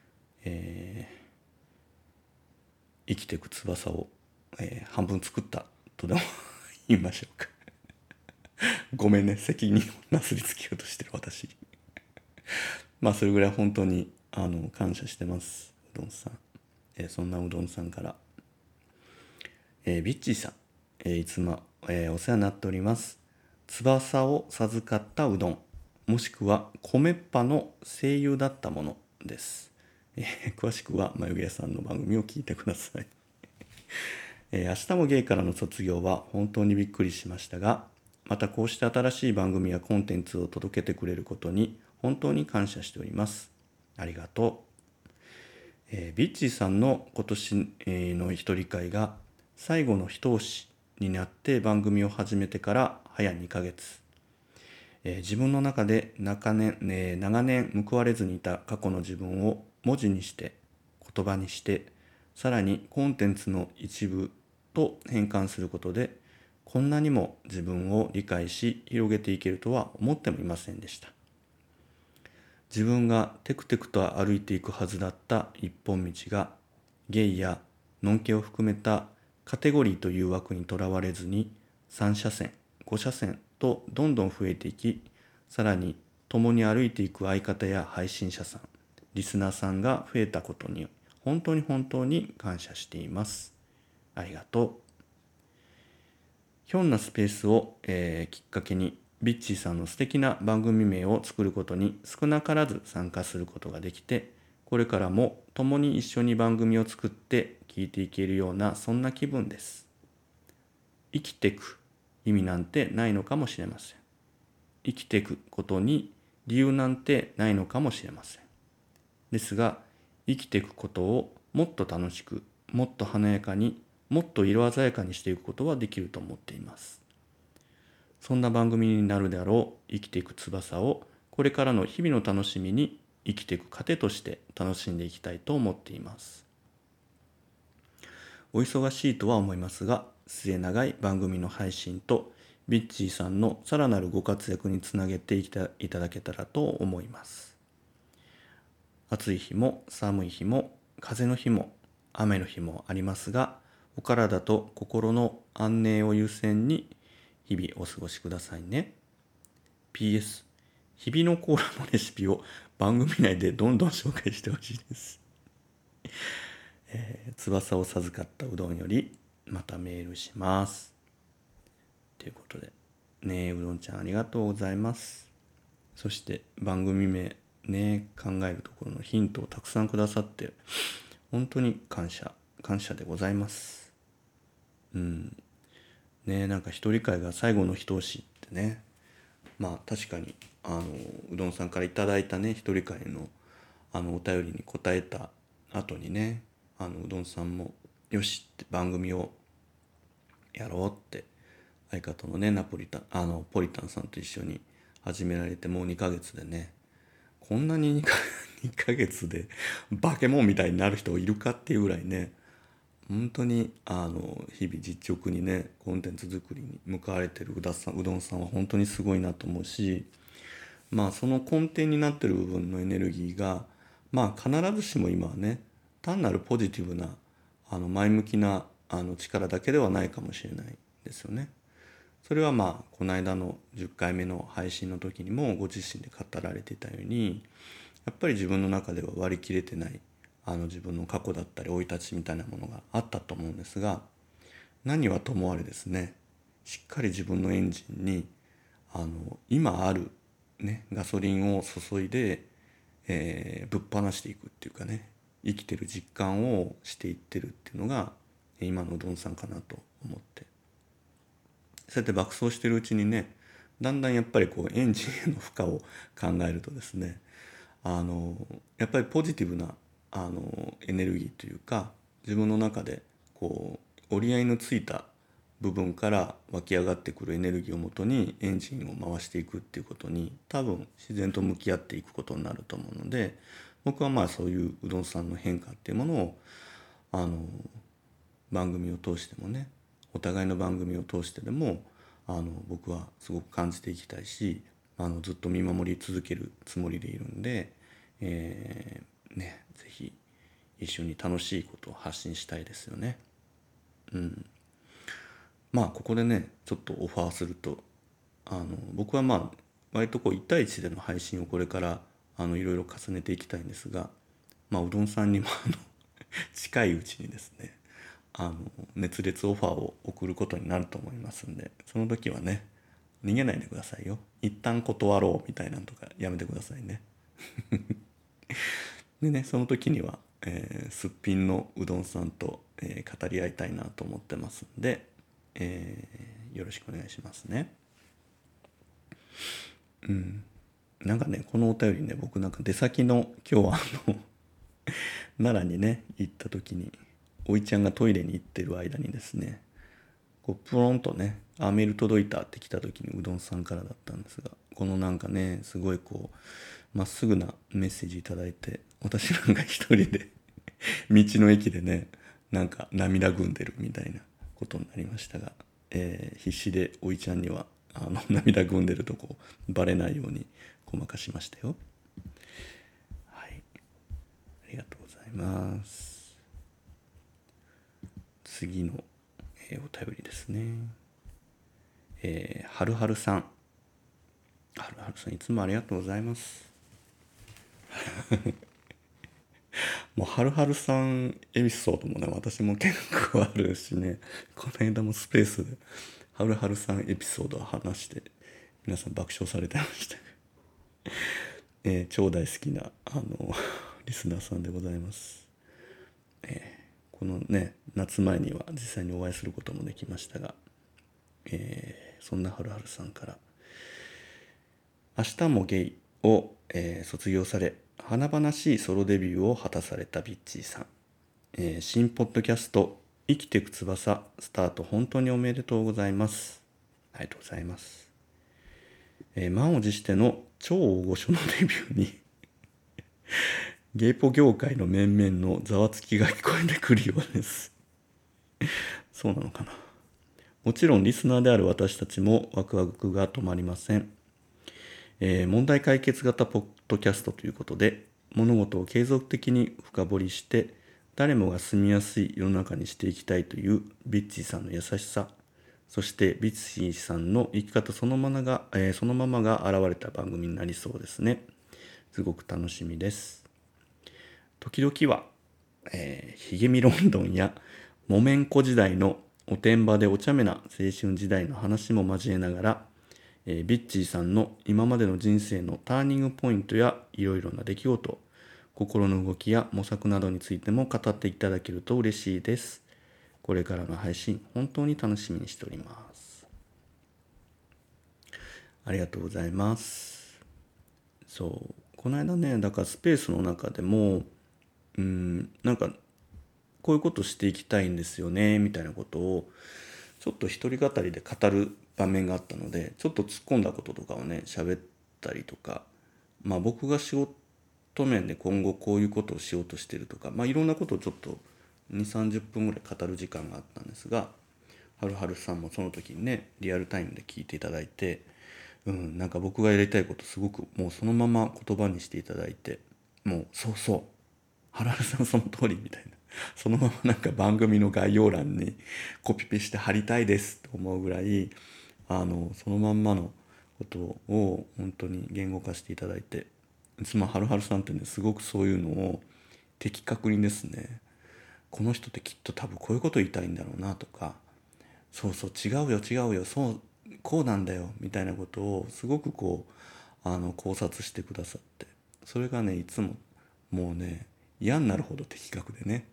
生きてく翼を、半分作ったとでも言いましょうか。ごめんね、責任をなすりつけようとしてる私。それぐらい本当に感謝してます、うどんさん。そんなうどんさんから、ビッチーさん、いつも、お世話になっております。翼を授かったうどん、もしくは米っぱの声優だったものです。詳しくは眉毛屋さんの番組を聞いてください。明日もゲイからの卒業は本当にびっくりしましたが、またこうして新しい番組やコンテンツを届けてくれることに本当に感謝しております。ありがとう。ビッチーさんの今年の一人会が最後の一押しになって番組を始めてから早2ヶ月。自分の中で長年報われずにいた過去の自分を文字にして言葉にしてさらにコンテンツの一部と変換することでこんなにも自分を理解し広げていけるとは思ってもいませんでした。自分がテクテクと歩いていくはずだった一本道がゲイやノンケを含めたカテゴリーという枠にとらわれずに3車線5車線とどんどん増えていき、さらに共に歩いていく相方や配信者さんリスナーさんが増えたことに本当に感謝しています。ありがとう。ひょんなスペースを、きっかけにビッチーさんの素敵な番組名を作ることに少なからず参加することができて、これからも共に一緒に番組を作って聞いていけるようなそんな気分です。生きていく意味なんてないのかもしれません。生きていくことに理由なんてないのかもしれません。ですが、生きていくことをもっと楽しく、もっと華やかに、もっと色鮮やかにしていくことはできると思っています。そんな番組になるであろう生きていく翼をこれからの日々の楽しみに生きていく糧として楽しんでいきたいと思っています。お忙しいとは思いますが、末長い番組の配信とビッチーさんのさらなるご活躍につなげていただけたらと思います。暑い日も寒い日も風の日も雨の日もありますが、お体と心の安寧を優先に日々お過ごしくださいね。PS、日々のコーラのレシピを番組内でどんどん紹介してほしいです。翼を授かったうどんよりまたメールします。ということで、ねえうどんちゃんありがとうございます。そして番組名ね考えるところのヒントをたくさんくださって本当に感謝でございます。 ね、なんか一人会が最後の一押しってね、まあ確かにうどんさんからいただいたね一人会のお便りに答えた後にね、うどんさんもよしって番組をやろうって相方のねナポリタンポリタンさんと一緒に始められてもう2ヶ月でね、こんなに2ヶ月でバケモンみたいになる人いるかっていうぐらいね、本当に日々実直にねコンテンツ作りに向かわれてるうどんさんは本当にすごいなと思うし、まあその根底になってる部分のエネルギーがまあ必ずしも今はね単なるポジティブな前向きな力だけではないかもしれないですよね。それはまあこの間の10回目の配信の時にもご自身で語られていたように、やっぱり自分の中では割り切れてない自分の過去だったり生い立ちみたいなものがあったと思うんですが、何はともあれですね、しっかり自分のエンジンに今あるねガソリンを注いで、ぶっ放していくっていうかね、生きてる実感をしていってるっていうのが今のうどんさんかなと思って、そうやって爆走してるうちにね、だんだんやっぱりこうエンジンへの負荷を考えるとですね、やっぱりポジティブなエネルギーというか、自分の中でこう折り合いのついた部分から湧き上がってくるエネルギーをもとにエンジンを回していくっていうことに多分自然と向き合っていくことになると思うので、僕はまあそういううどんさんの変化っていうものをあの番組を通してもね、お互いの番組を通してでも僕はすごく感じていきたいし、ずっと見守り続けるつもりでいるんで、ね、ぜひ一緒に楽しいことを発信したいですよね。まあここでねちょっとオファーすると、僕はまあ割とこう1対1での配信をこれからいろいろ重ねていきたいんですが、まあうどんさんにも近いうちにですね熱烈オファーを送ることになると思いますんで、その時はね逃げないでくださいよ。一旦断ろうみたいなのとかやめてくださいね。でね、その時には、すっぴんのうどんさんと、語り合いたいなと思ってますんで、よろしくお願いしますね。なんかねこのお便りね、僕なんか出先の今日は奈良にね行った時においちゃんがトイレに行ってる間にですね、こうプロンとねメール届いたって来た時にうどんさんからだったんですが、このなんかねすごいこうまっすぐなメッセージいただいて、私なんか一人で道の駅でねなんか涙ぐんでるみたいなことになりましたが、必死でおいちゃんには涙ぐんでるとこバレないようにごまかしましたよ。はい、ありがとうございます。次の、お便りですね。はるはるさん、はるはるさんいつもありがとうございます。もうはるはるさんエピソードもね私も結構あるしね、この間もスペースではるはるさんエピソードを話して皆さん爆笑されてました。超大好きなリスナーさんでございます。このね夏前には実際にお会いすることもできましたが、そんなはるはるさんから、明日もゲイを、卒業され華々しいソロデビューを果たされたビッチーさん、新ポッドキャスト生きてく翼スタート本当におめでとうございます。ありがとうございます。満を持しての超大御所のデビューにゲイポ業界の面々のざわつきが聞こえてくるようです。そうなのかな。もちろんリスナーである私たちもワクワクが止まりません。問題解決型ポッドキャストということで、物事を継続的に深掘りして誰もが住みやすい世の中にしていきたいというビッチーさんの優しさ、そしてビッチーさんの生き方そのままが、現れた番組になりそうですね。すごく楽しみです。時々は、ひげみロンドンや木綿子時代のおてんばでお茶目な青春時代の話も交えながら、ビッチーさんの今までの人生のターニングポイントやいろいろな出来事、心の動きや模索などについても語っていただけると嬉しいです。 これからの配信本当に楽しみにしております。ありがとうございます。そうこの間ね、だからスペースの中でもなんかこういうことしていきたいんですよねみたいなことをちょっと一人語りで語る場面があったので、ちょっと突っ込んだこととかをね喋ったりとか、僕が仕事面で今後こういうことをしようとしてるとか、いろんなことをちょっと2、30分ぐらい語る時間があったんですが、はるはるさんもその時にねリアルタイムで聞いていただいて、なんか僕がやりたいことすごくもうそのまま言葉にしていただいて、もうそうそう、はるはるさんその通りみたいな、そのままなんか番組の概要欄にコピペして貼りたいですと思うぐらい、そのまんまのことを本当に言語化していただいて、いつもはるはるさんってねすごくそういうのを的確にですね、この人ってきっと多分こういうこと言いたいんだろうなとか、そうそう違うよ違うよ、そうこうなんだよみたいなことをすごく考察してくださって、それがねいつももうね嫌になるほど的確でね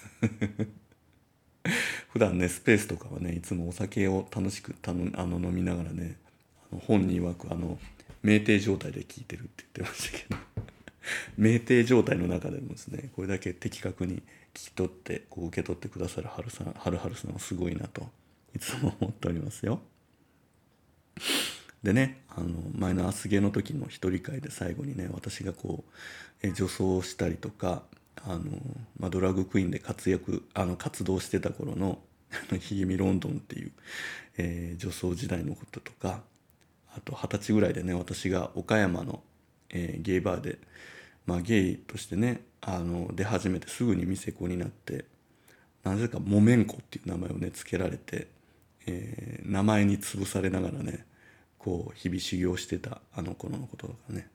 普段ねスペースとかはねいつもお酒を楽しく飲みながらね、本人曰く酩酊状態で聞いてるって言ってましたけど酩酊状態の中でもですねこれだけ的確に聞き取って受け取ってくださるはるはるさんはすごいなといつも思っておりますよ。でね、前のアスゲの時の一人会で最後にね、私が女装したりとか、ドラッグクイーンで活動してた頃のひげみロンドンっていう、女装時代のこととか、あと20歳ぐらいでね私が岡山の、ゲイバーで、ゲイとしてね出始めてすぐに店子になって、なぜかモメンコっていう名前をねつけられて、名前に潰されながらね日々修行してたあの頃のこととかね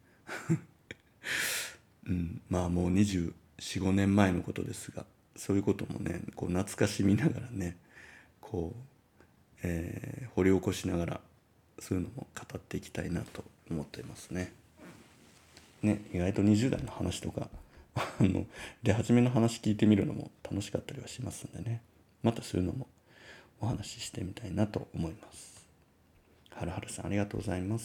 もう24、5年前のことですが、そういうこともね懐かしみながらね掘り起こしながらそういうのも語っていきたいなと思っていますね。意外と20代の話とか出始めの話聞いてみるのも楽しかったりはしますんでね、またそういうのもお話ししてみたいなと思います。はるはるさんありがとうございます。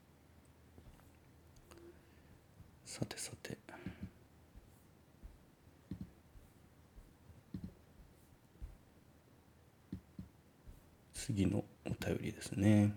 さてさて、次のお便りですね。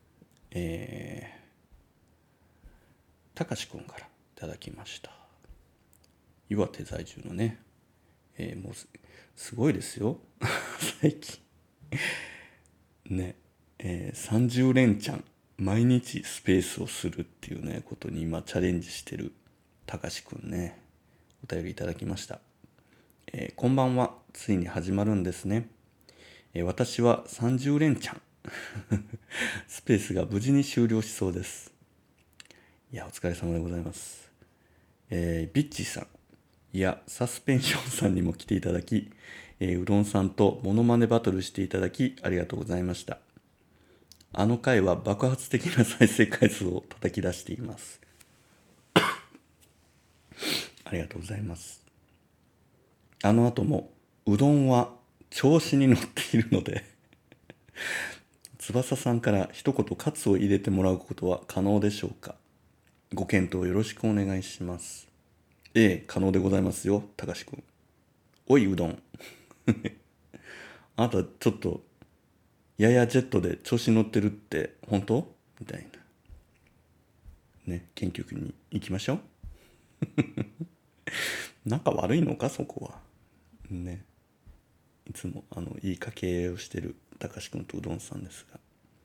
たかしくんからいただきました。岩手在住のね、もうすごいですよ最近ね、30連チャン毎日スペースをするっていうねことに今チャレンジしてるたかしくんね、お便りいただきました。こんばんは、ついに始まるんですね。私は30連チャンスペースが無事に終了しそうです。いやお疲れ様でございます。ビッチーさん、いやサスペンションさんにも来ていただき、うどんさんとモノマネバトルしていただきありがとうございました。あの回は爆発的な再生回数を叩き出していますありがとうございます。あの後もうどんは調子に乗っているので翼さんから一言カツを入れてもらうことは可能でしょうか。ご検討よろしくお願いします。可能でございますよ、たかしくん。おいうどんあなたちょっとややジェットで調子に乗ってるって本当みたいなね、研究に行きましょう仲悪いのかそこはね。いつもいい掛け合いをしてるたかしくんとうどんさんですが、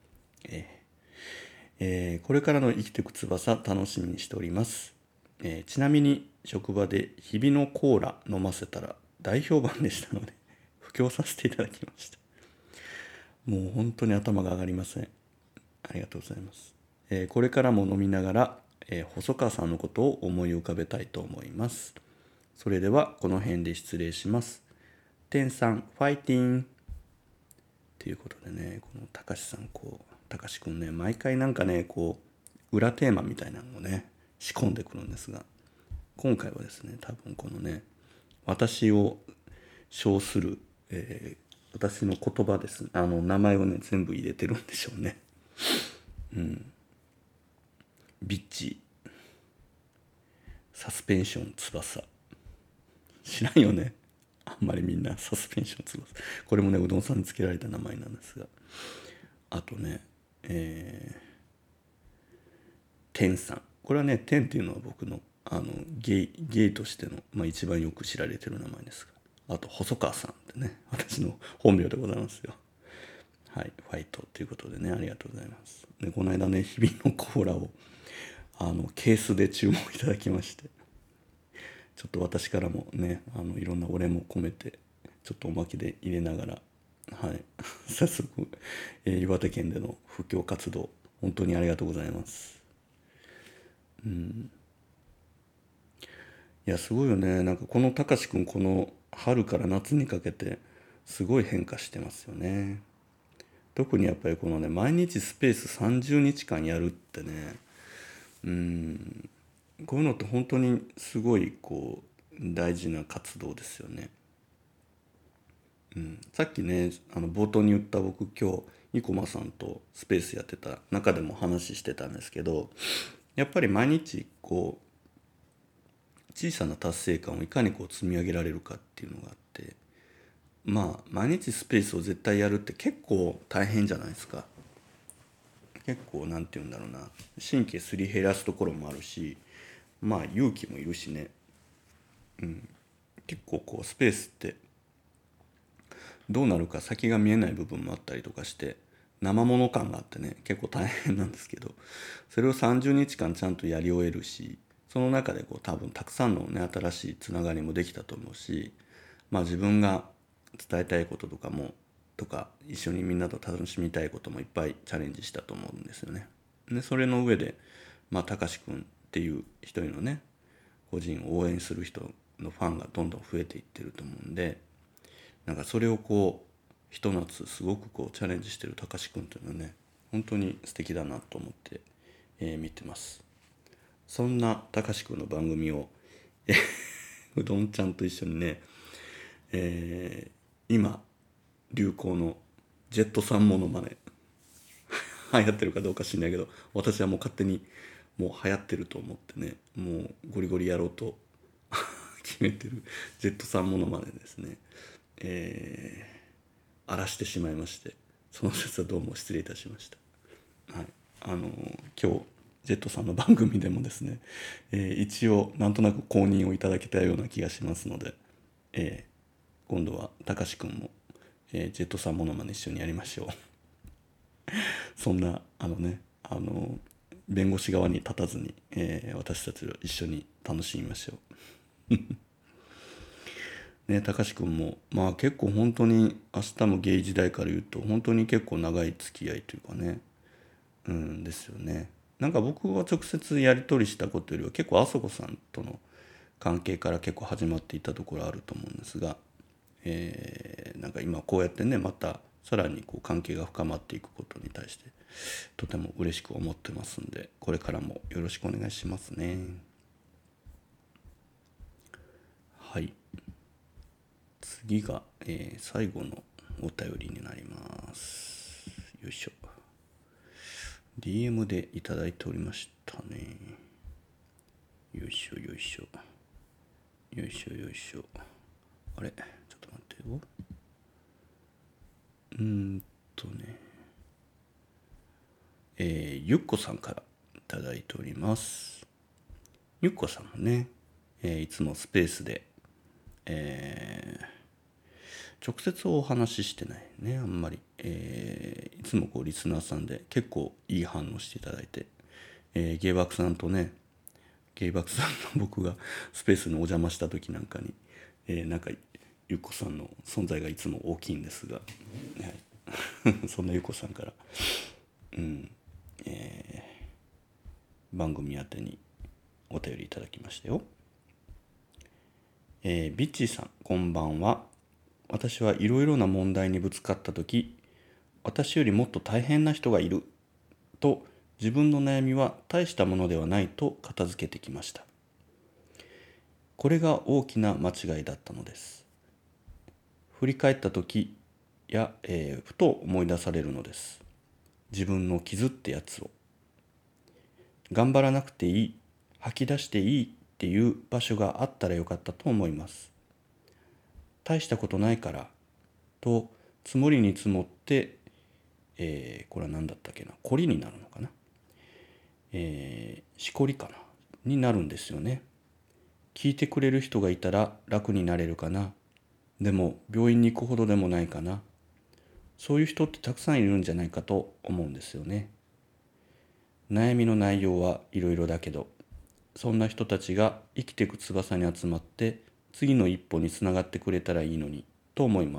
これからの生きていく翼楽しみにしております。ちなみに職場で日々のコーラ飲ませたら大評判でしたので布教させていただきました。もう本当に頭が上がりません。ありがとうございます。これからも飲みながら、細川さんのことを思い浮かべたいと思います。それではこの辺で失礼します。天さんファイティンということでね、このたかしさんたかしくんね毎回なんかね裏テーマみたいなのをね仕込んでくるんですが、今回はですね多分このね私を称する、 私の言葉ですね。名前をね、全部入れてるんでしょうね。ビッチ、サスペンション翼。知らんよね。あんまりみんなサスペンション翼。これもね、うどんさんにつけられた名前なんですが。あとね、テンさん。これはね、テンっていうのは僕のゲイとしての、一番よく知られてる名前ですが。あと、細川さんってね、私の本名でございますよ。はい、ファイトということでね、ありがとうございます。で、この間ね、日々のコーラをケースで注文いただきまして、ちょっと私からもね、いろんなお礼も込めて、ちょっとおまけで入れながら、はい、早速、岩手県での布教活動、本当にありがとうございます。いや、すごいよね。なんかこのたかしくん、この春から夏にかけて、すごい変化してますよね。特にやっぱりこのね、毎日スペース30日間やるってね、こういうのって本当にすごいこう大事な活動ですよね。さっきね冒頭に言った僕今日生駒さんとスペースやってた中でも話してたんですけど、やっぱり毎日こう小さな達成感をいかにこう積み上げられるかっていうのがあって、毎日スペースを絶対やるって結構大変じゃないですか。結構なんて言うんだろうな、神経すり減らすところもあるし、勇気もいるしね。結構こうスペースってどうなるか先が見えない部分もあったりとかして生物感があってね、結構大変なんですけど、それを30日間ちゃんとやり終えるし、その中でこう多分たくさんのね新しいつながりもできたと思うし、自分が伝えたいこととか一緒にみんなと楽しみたいこともいっぱいチャレンジしたと思うんですよね。でそれの上でたかしくんっていう一人のね個人を応援する人のファンがどんどん増えていってると思うんで、なんかそれをこうひと夏すごくこうチャレンジしてるたかしくんというのはね、本当に素敵だなと思って、見てます。そんなたかしくんの番組を、うどんちゃんと一緒にね、今流行のジェットさんモノマネ流行ってるかどうか知んないけど、私はもう勝手にもう流行ってると思ってね、もうゴリゴリやろうと決めてるジェットさんモノマネですね、荒らしてしまいまして、その説はどうも失礼いたしました。はい、今日ジェットさんの番組でもですね、一応なんとなく公認をいただけたような気がしますので、今度はたかしくんも、ジェットさんモノマネ一緒にやりましょう。そんな弁護士側に立たずに、私たちは一緒に楽しみましょう。ね、たかしくんも結構本当に明日もゲイ時代から言うと本当に結構長い付き合いというかね、ですよね。なんか僕は直接やり取りしたことよりは結構あそこさんとの関係から結構始まっていたところあると思うんですが、なんか今こうやってねまたさらにこう関係が深まっていくことに対してとても嬉しく思ってますんで、これからもよろしくお願いしますね。はい、次が、最後のお便りになります。よいしょ。 DM でいただいておりましたね。よいしょよいしょよいしょよいしょ。あれちょっと待ってよ。ゆっこさんからいただいております。ゆっこさんもね、いつもスペースで、直接お話ししてないね、あんまり、いつもこうリスナーさんで結構いい反応していただいて、ゲイバクさんとね、ゲイバクさんの僕がスペースにお邪魔した時なんかに、なんかゆっこさんの存在がいつも大きいんですが、はい、そんなゆっこさんから、番組宛てにお便りいただきましたよ。ビッチーさん、こんばんは。私はいろいろな問題にぶつかった時、私よりもっと大変な人がいると自分の悩みは大したものではないと片付けてきました。これが大きな間違いだったのです。振り返った時、 や、ふと思い出されるのです。自分の傷ってやつを。頑張らなくていい、吐き出していいっていう場所があったらよかったと思います。大したことないからと積もりに積もって、これは何だったっけな、こりになるのかな、しこりかなになるんですよね。聞いてくれる人がいたら楽になれるかな。でも病院に行くほどでもないかな。そういう人ってたくさんいるんじゃないかと思うんですよね。悩みの内容はいろいろだけど、そんな人たちが生きていく翼に集まって次の一歩につながってくれたらいいのにと思います。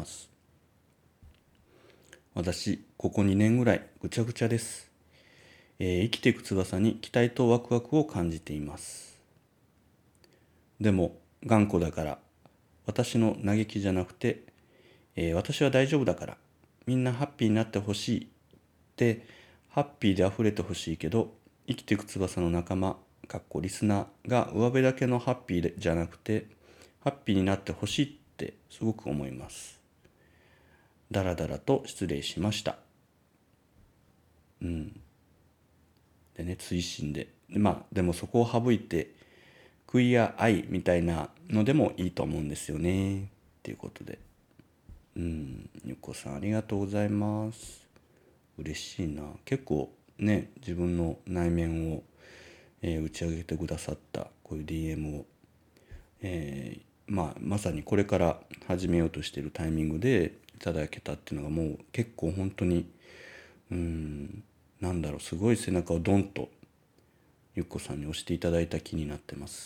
私ここ2年ぐらいぐちゃぐちゃです。生きていく翼に期待とワクワクを感じています。でも頑固だから私の嘆きじゃなくて、私は大丈夫だからみんなハッピーになってほしいってハッピーで溢れてほしいけど、生きていく翼の仲間リスナーが上辺だけのハッピーじゃなくてハッピーになってほしいってすごく思います。だらだらと失礼しました。でね、追伸ででもそこを省いてクイアアイみたいなのでもいいと思うんですよねっていうことで、ゆっこさんありがとうございます。嬉しいな。結構ね、自分の内面を、打ち上げてくださったこういう DM を、まさにこれから始めようとしているタイミングでいただけたっていうのがもう結構本当にすごい背中をドンとゆっこさんに押していただいた気になってます。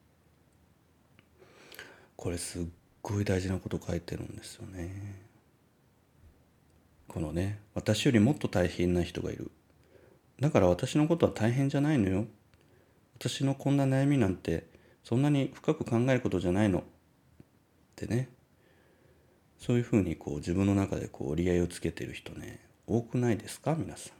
これすっごい大事なこと書いてるんですよね。このね、私よりもっと大変な人がいる。だから私のことは大変じゃないのよ。私のこんな悩みなんてそんなに深く考えることじゃないのってね、そういうふうに自分の中で折り合いをつけてる人ね、多くないですか皆さん。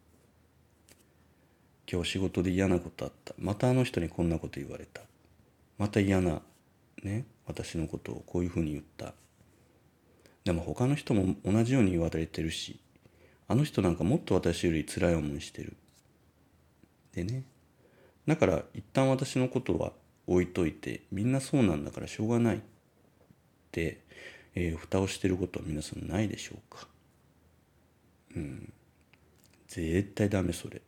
今日仕事で嫌なことあった、またあの人にこんなこと言われた、また嫌なね私のことをこういうふうに言った、でも他の人も同じように言われてるし、あの人なんかもっと私より辛い思いしてるでね、だから一旦私のことは置いといて、みんなそうなんだからしょうがないって、蓋をしてることは皆さんないでしょうか。絶対ダメそれ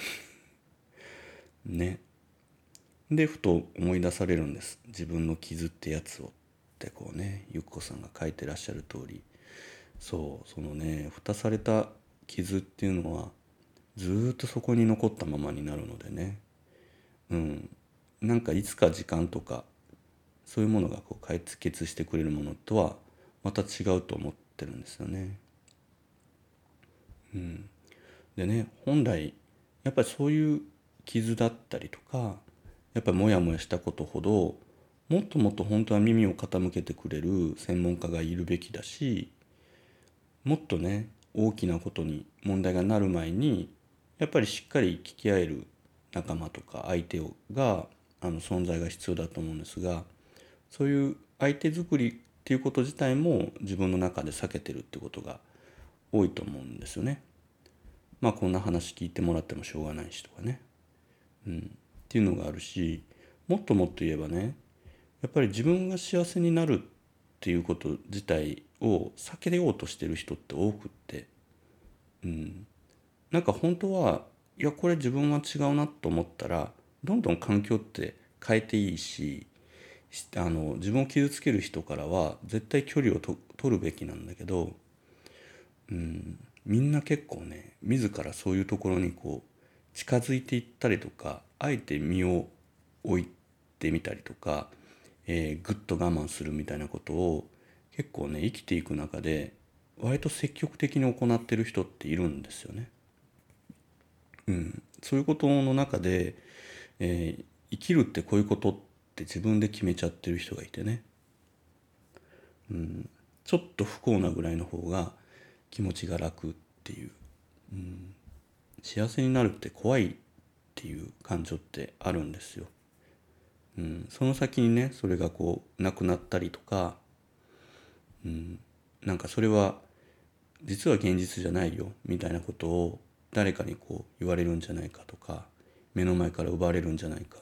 ね。でふと思い出されるんです。自分の傷ってやつをってゆっこさんが書いてらっしゃる通り、そのね、蓋された傷っていうのはずっとそこに残ったままになるのでね、なんかいつか時間とかそういうものが解決してくれるものとはまた違うと思ってるんですよね。でね、本来やっぱりそういう傷だったりとか、やっぱりモヤモヤしたことほどもっともっと本当は耳を傾けてくれる専門家がいるべきだし、もっとね大きなことに問題がなる前にやっぱりしっかり聞き合える仲間とか相手が存在が必要だと思うんですが、そういう相手作りっていうこと自体も自分の中で避けてるってことが多いと思うんですよね。こんな話聞いてもらってもしょうがないしとかね、っていうのがあるし、もっともっと言えばね、やっぱり自分が幸せになるっていうこと自体を避けようとしてる人って多くって、なんか本当はいやこれ自分は違うなと思ったらどんどん環境って変えていいし、自分を傷つける人からは絶対距離を取るべきなんだけど、みんな結構ね自らそういうところに近づいていったりとか、あえて身を置いてみたりとか、ぐっと我慢するみたいなことを結構ね生きていく中で割と積極的に行ってる人っているんですよね。そういうことの中で、生きるってこういうことって自分で決めちゃってる人がいてね、ちょっと不幸なぐらいの方が気持ちが楽っていう、幸せになるって怖いっていう感情ってあるんですよ。その先にねそれがなくなったりとか、なんかそれは実は現実じゃないよみたいなことを誰かにこう言われるんじゃないかとか、目の前から奪われるんじゃないかって、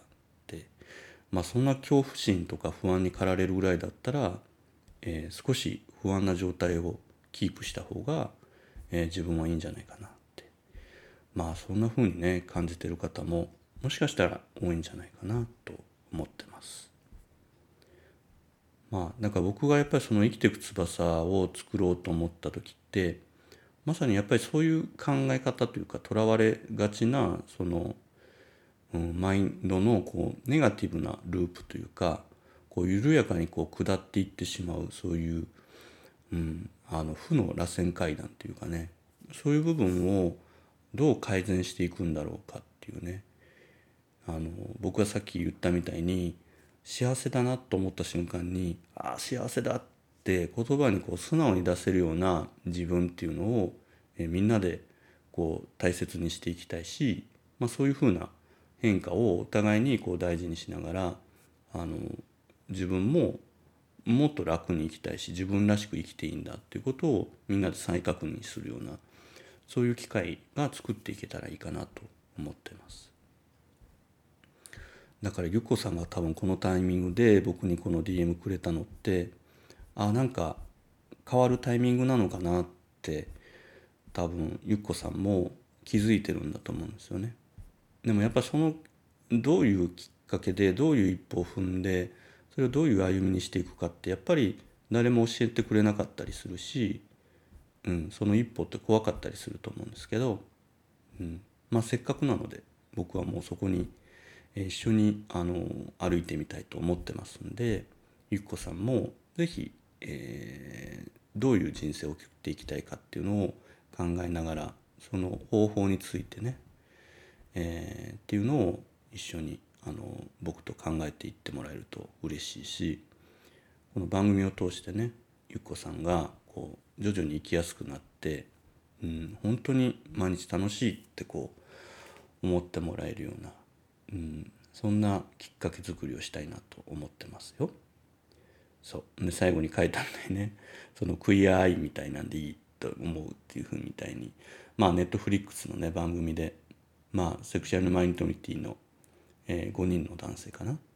そんな恐怖心とか不安に駆られるぐらいだったら、少し不安な状態をキープした方が、自分はいいんじゃないかなって、そんな風にね感じてる方ももしかしたら多いんじゃないかなと思ってます。だから僕がやっぱりその生きていく翼を作ろうと思った時って、まさにやっぱりそういう考え方というか、とらわれがちなその、マインドのこうネガティブなループというか、こう緩やかにこう下っていってしまう、そういう、負の螺旋階段というかね、そういう部分をどう改善していくんだろうかっていうね、僕がさっき言ったみたいに、幸せだなと思った瞬間に幸せだって言葉にこう素直に出せるような自分っていうのを、みんなでこう大切にしていきたいし、そういうふうな変化をお互いにこう大事にしながら、自分ももっと楽に生きたいし、自分らしく生きていいんだっていうことをみんなで再確認するような、そういう機会が作っていけたらいいかなと思ってます。だからゆっこさんが多分このタイミングで僕にこの DM くれたのって、なんか変わるタイミングなのかなって、多分ゆっこさんも気づいてるんだと思うんですよね。でもやっぱそのどういうきっかけでどういう一歩を踏んで、それをどういう歩みにしていくかってやっぱり誰も教えてくれなかったりするし、その一歩って怖かったりすると思うんですけど、せっかくなので僕はもうそこに一緒に歩いてみたいと思ってますんで、ゆっこさんもぜひ、どういう人生を送っていきたいかっていうのを考えながら、その方法についてね、っていうのを一緒に僕と考えていってもらえると嬉しいし、この番組を通してね、ゆっこさんがこう徐々に生きやすくなって、本当に毎日楽しいってこう思ってもらえるような、そんなきっかけ作りをしたいなと思ってますよ。そうで、最後に書いたんだよね。そのクイアアイみたいなんでいいと思うっていうふうみたいに、ネットフリックスのね番組で、セクシャルマイノリティの、5人の男性かな、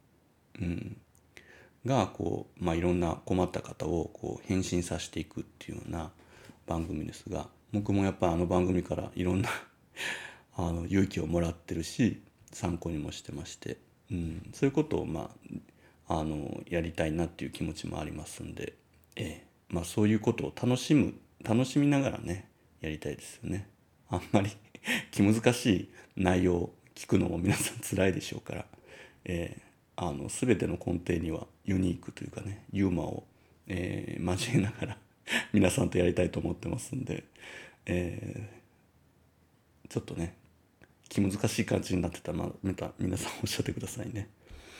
がこう、いろんな困った方をこう返信させていくっていうような番組ですが、僕もやっぱあの番組からいろんな勇気をもらってるし、参考にもしてまして、そういうことをやりたいなっていう気持ちもありますんで、そういうことを楽しみながらねやりたいですよね。あんまり気難しい内容を聞くのも皆さん辛いでしょうから、全ての根底にはユニークというかね、ユーモアを、交えながら皆さんとやりたいと思ってますんで、ちょっとね気難しい感じになってたらまた皆さんおっしゃってくださいね。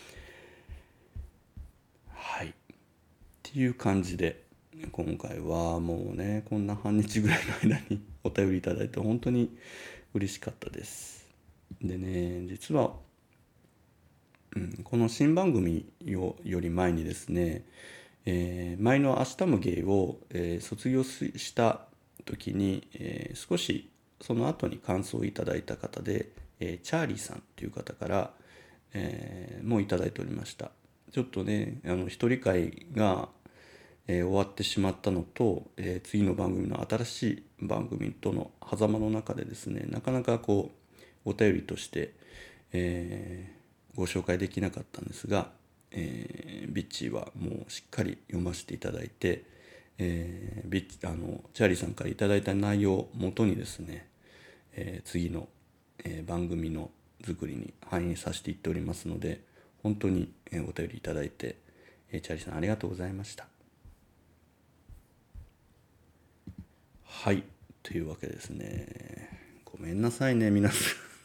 はい、っていう感じで今回はもうねこんな半日ぐらいの間にお便りいただいて本当に嬉しかったです。でね、実は、この新番組より前にですね、前の「明日もゲイ」を、卒業した時に、少しその後に感想をいただいた方で、チャーリーさんという方から、もういただいておりました。ちょっとね一人会が、終わってしまったのと、次の番組の新しい番組との狭間の中でですね、なかなかこうお便りとして、ご紹介できなかったんですが、ビッチーはもうしっかり読ませていただいて、チャーリーさんからいただいた内容をもとにですね、次の、番組の作りに反映させていっておりますので、本当に、お便りいただいて、チャーリーさんありがとうございました。はい、というわけですね。ごめんなさいね皆さ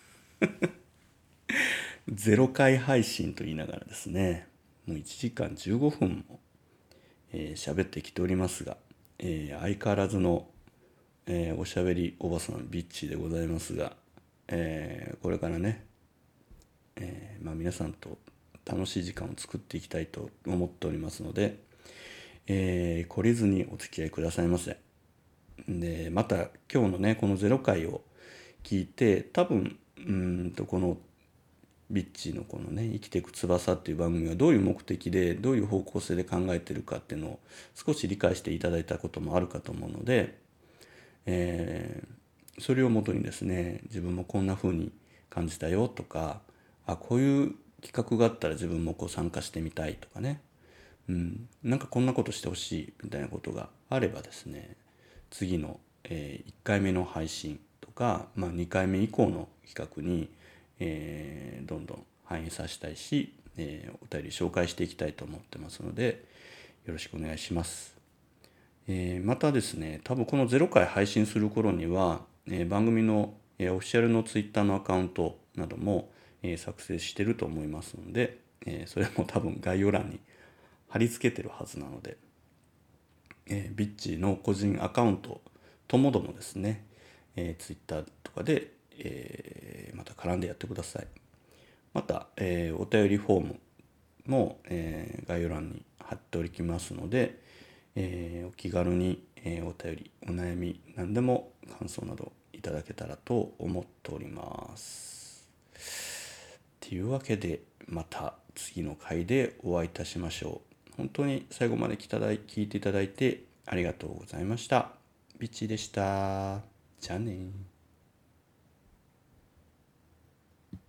ん0回配信と言いながらですね、もう1時間15分も喋ってきておりますが、相変わらずの、おしゃべりおばさんビッチでございますが、これからね、皆さんと楽しい時間を作っていきたいと思っておりますので、懲りずにお付き合いくださいませ。 でまた今日のねこの0回を聞いて多分このビッチのこのね「生きていく翼」っていう番組がどういう目的でどういう方向性で考えてるかっていうのを少し理解していただいたこともあるかと思うので、それをもとにですね自分もこんな風に感じたよとかこういう企画があったら自分もこう参加してみたいとかね、なんかこんなことしてほしいみたいなことがあればですね次の、1回目の配信とか、2回目以降の企画に、どんどん反映させたいし、お便り紹介していきたいと思ってますのでよろしくお願いします。またですね多分この0回配信する頃には、番組の、オフィシャルのツイッターのアカウントなども、作成してると思いますので、それも多分概要欄に貼り付けてるはずなので、ビッチの個人アカウントともどもですね、ツイッターとかで、また絡んでやってください。また、お便りフォームも、概要欄に貼っておきますので、お気軽に、お便りお悩み何でも感想などいただけたらと思っております。というわけでまた次の回でお会いいたしましょう。本当に最後まで聞いていただいてありがとうございました。ビッチーでした。じゃあね。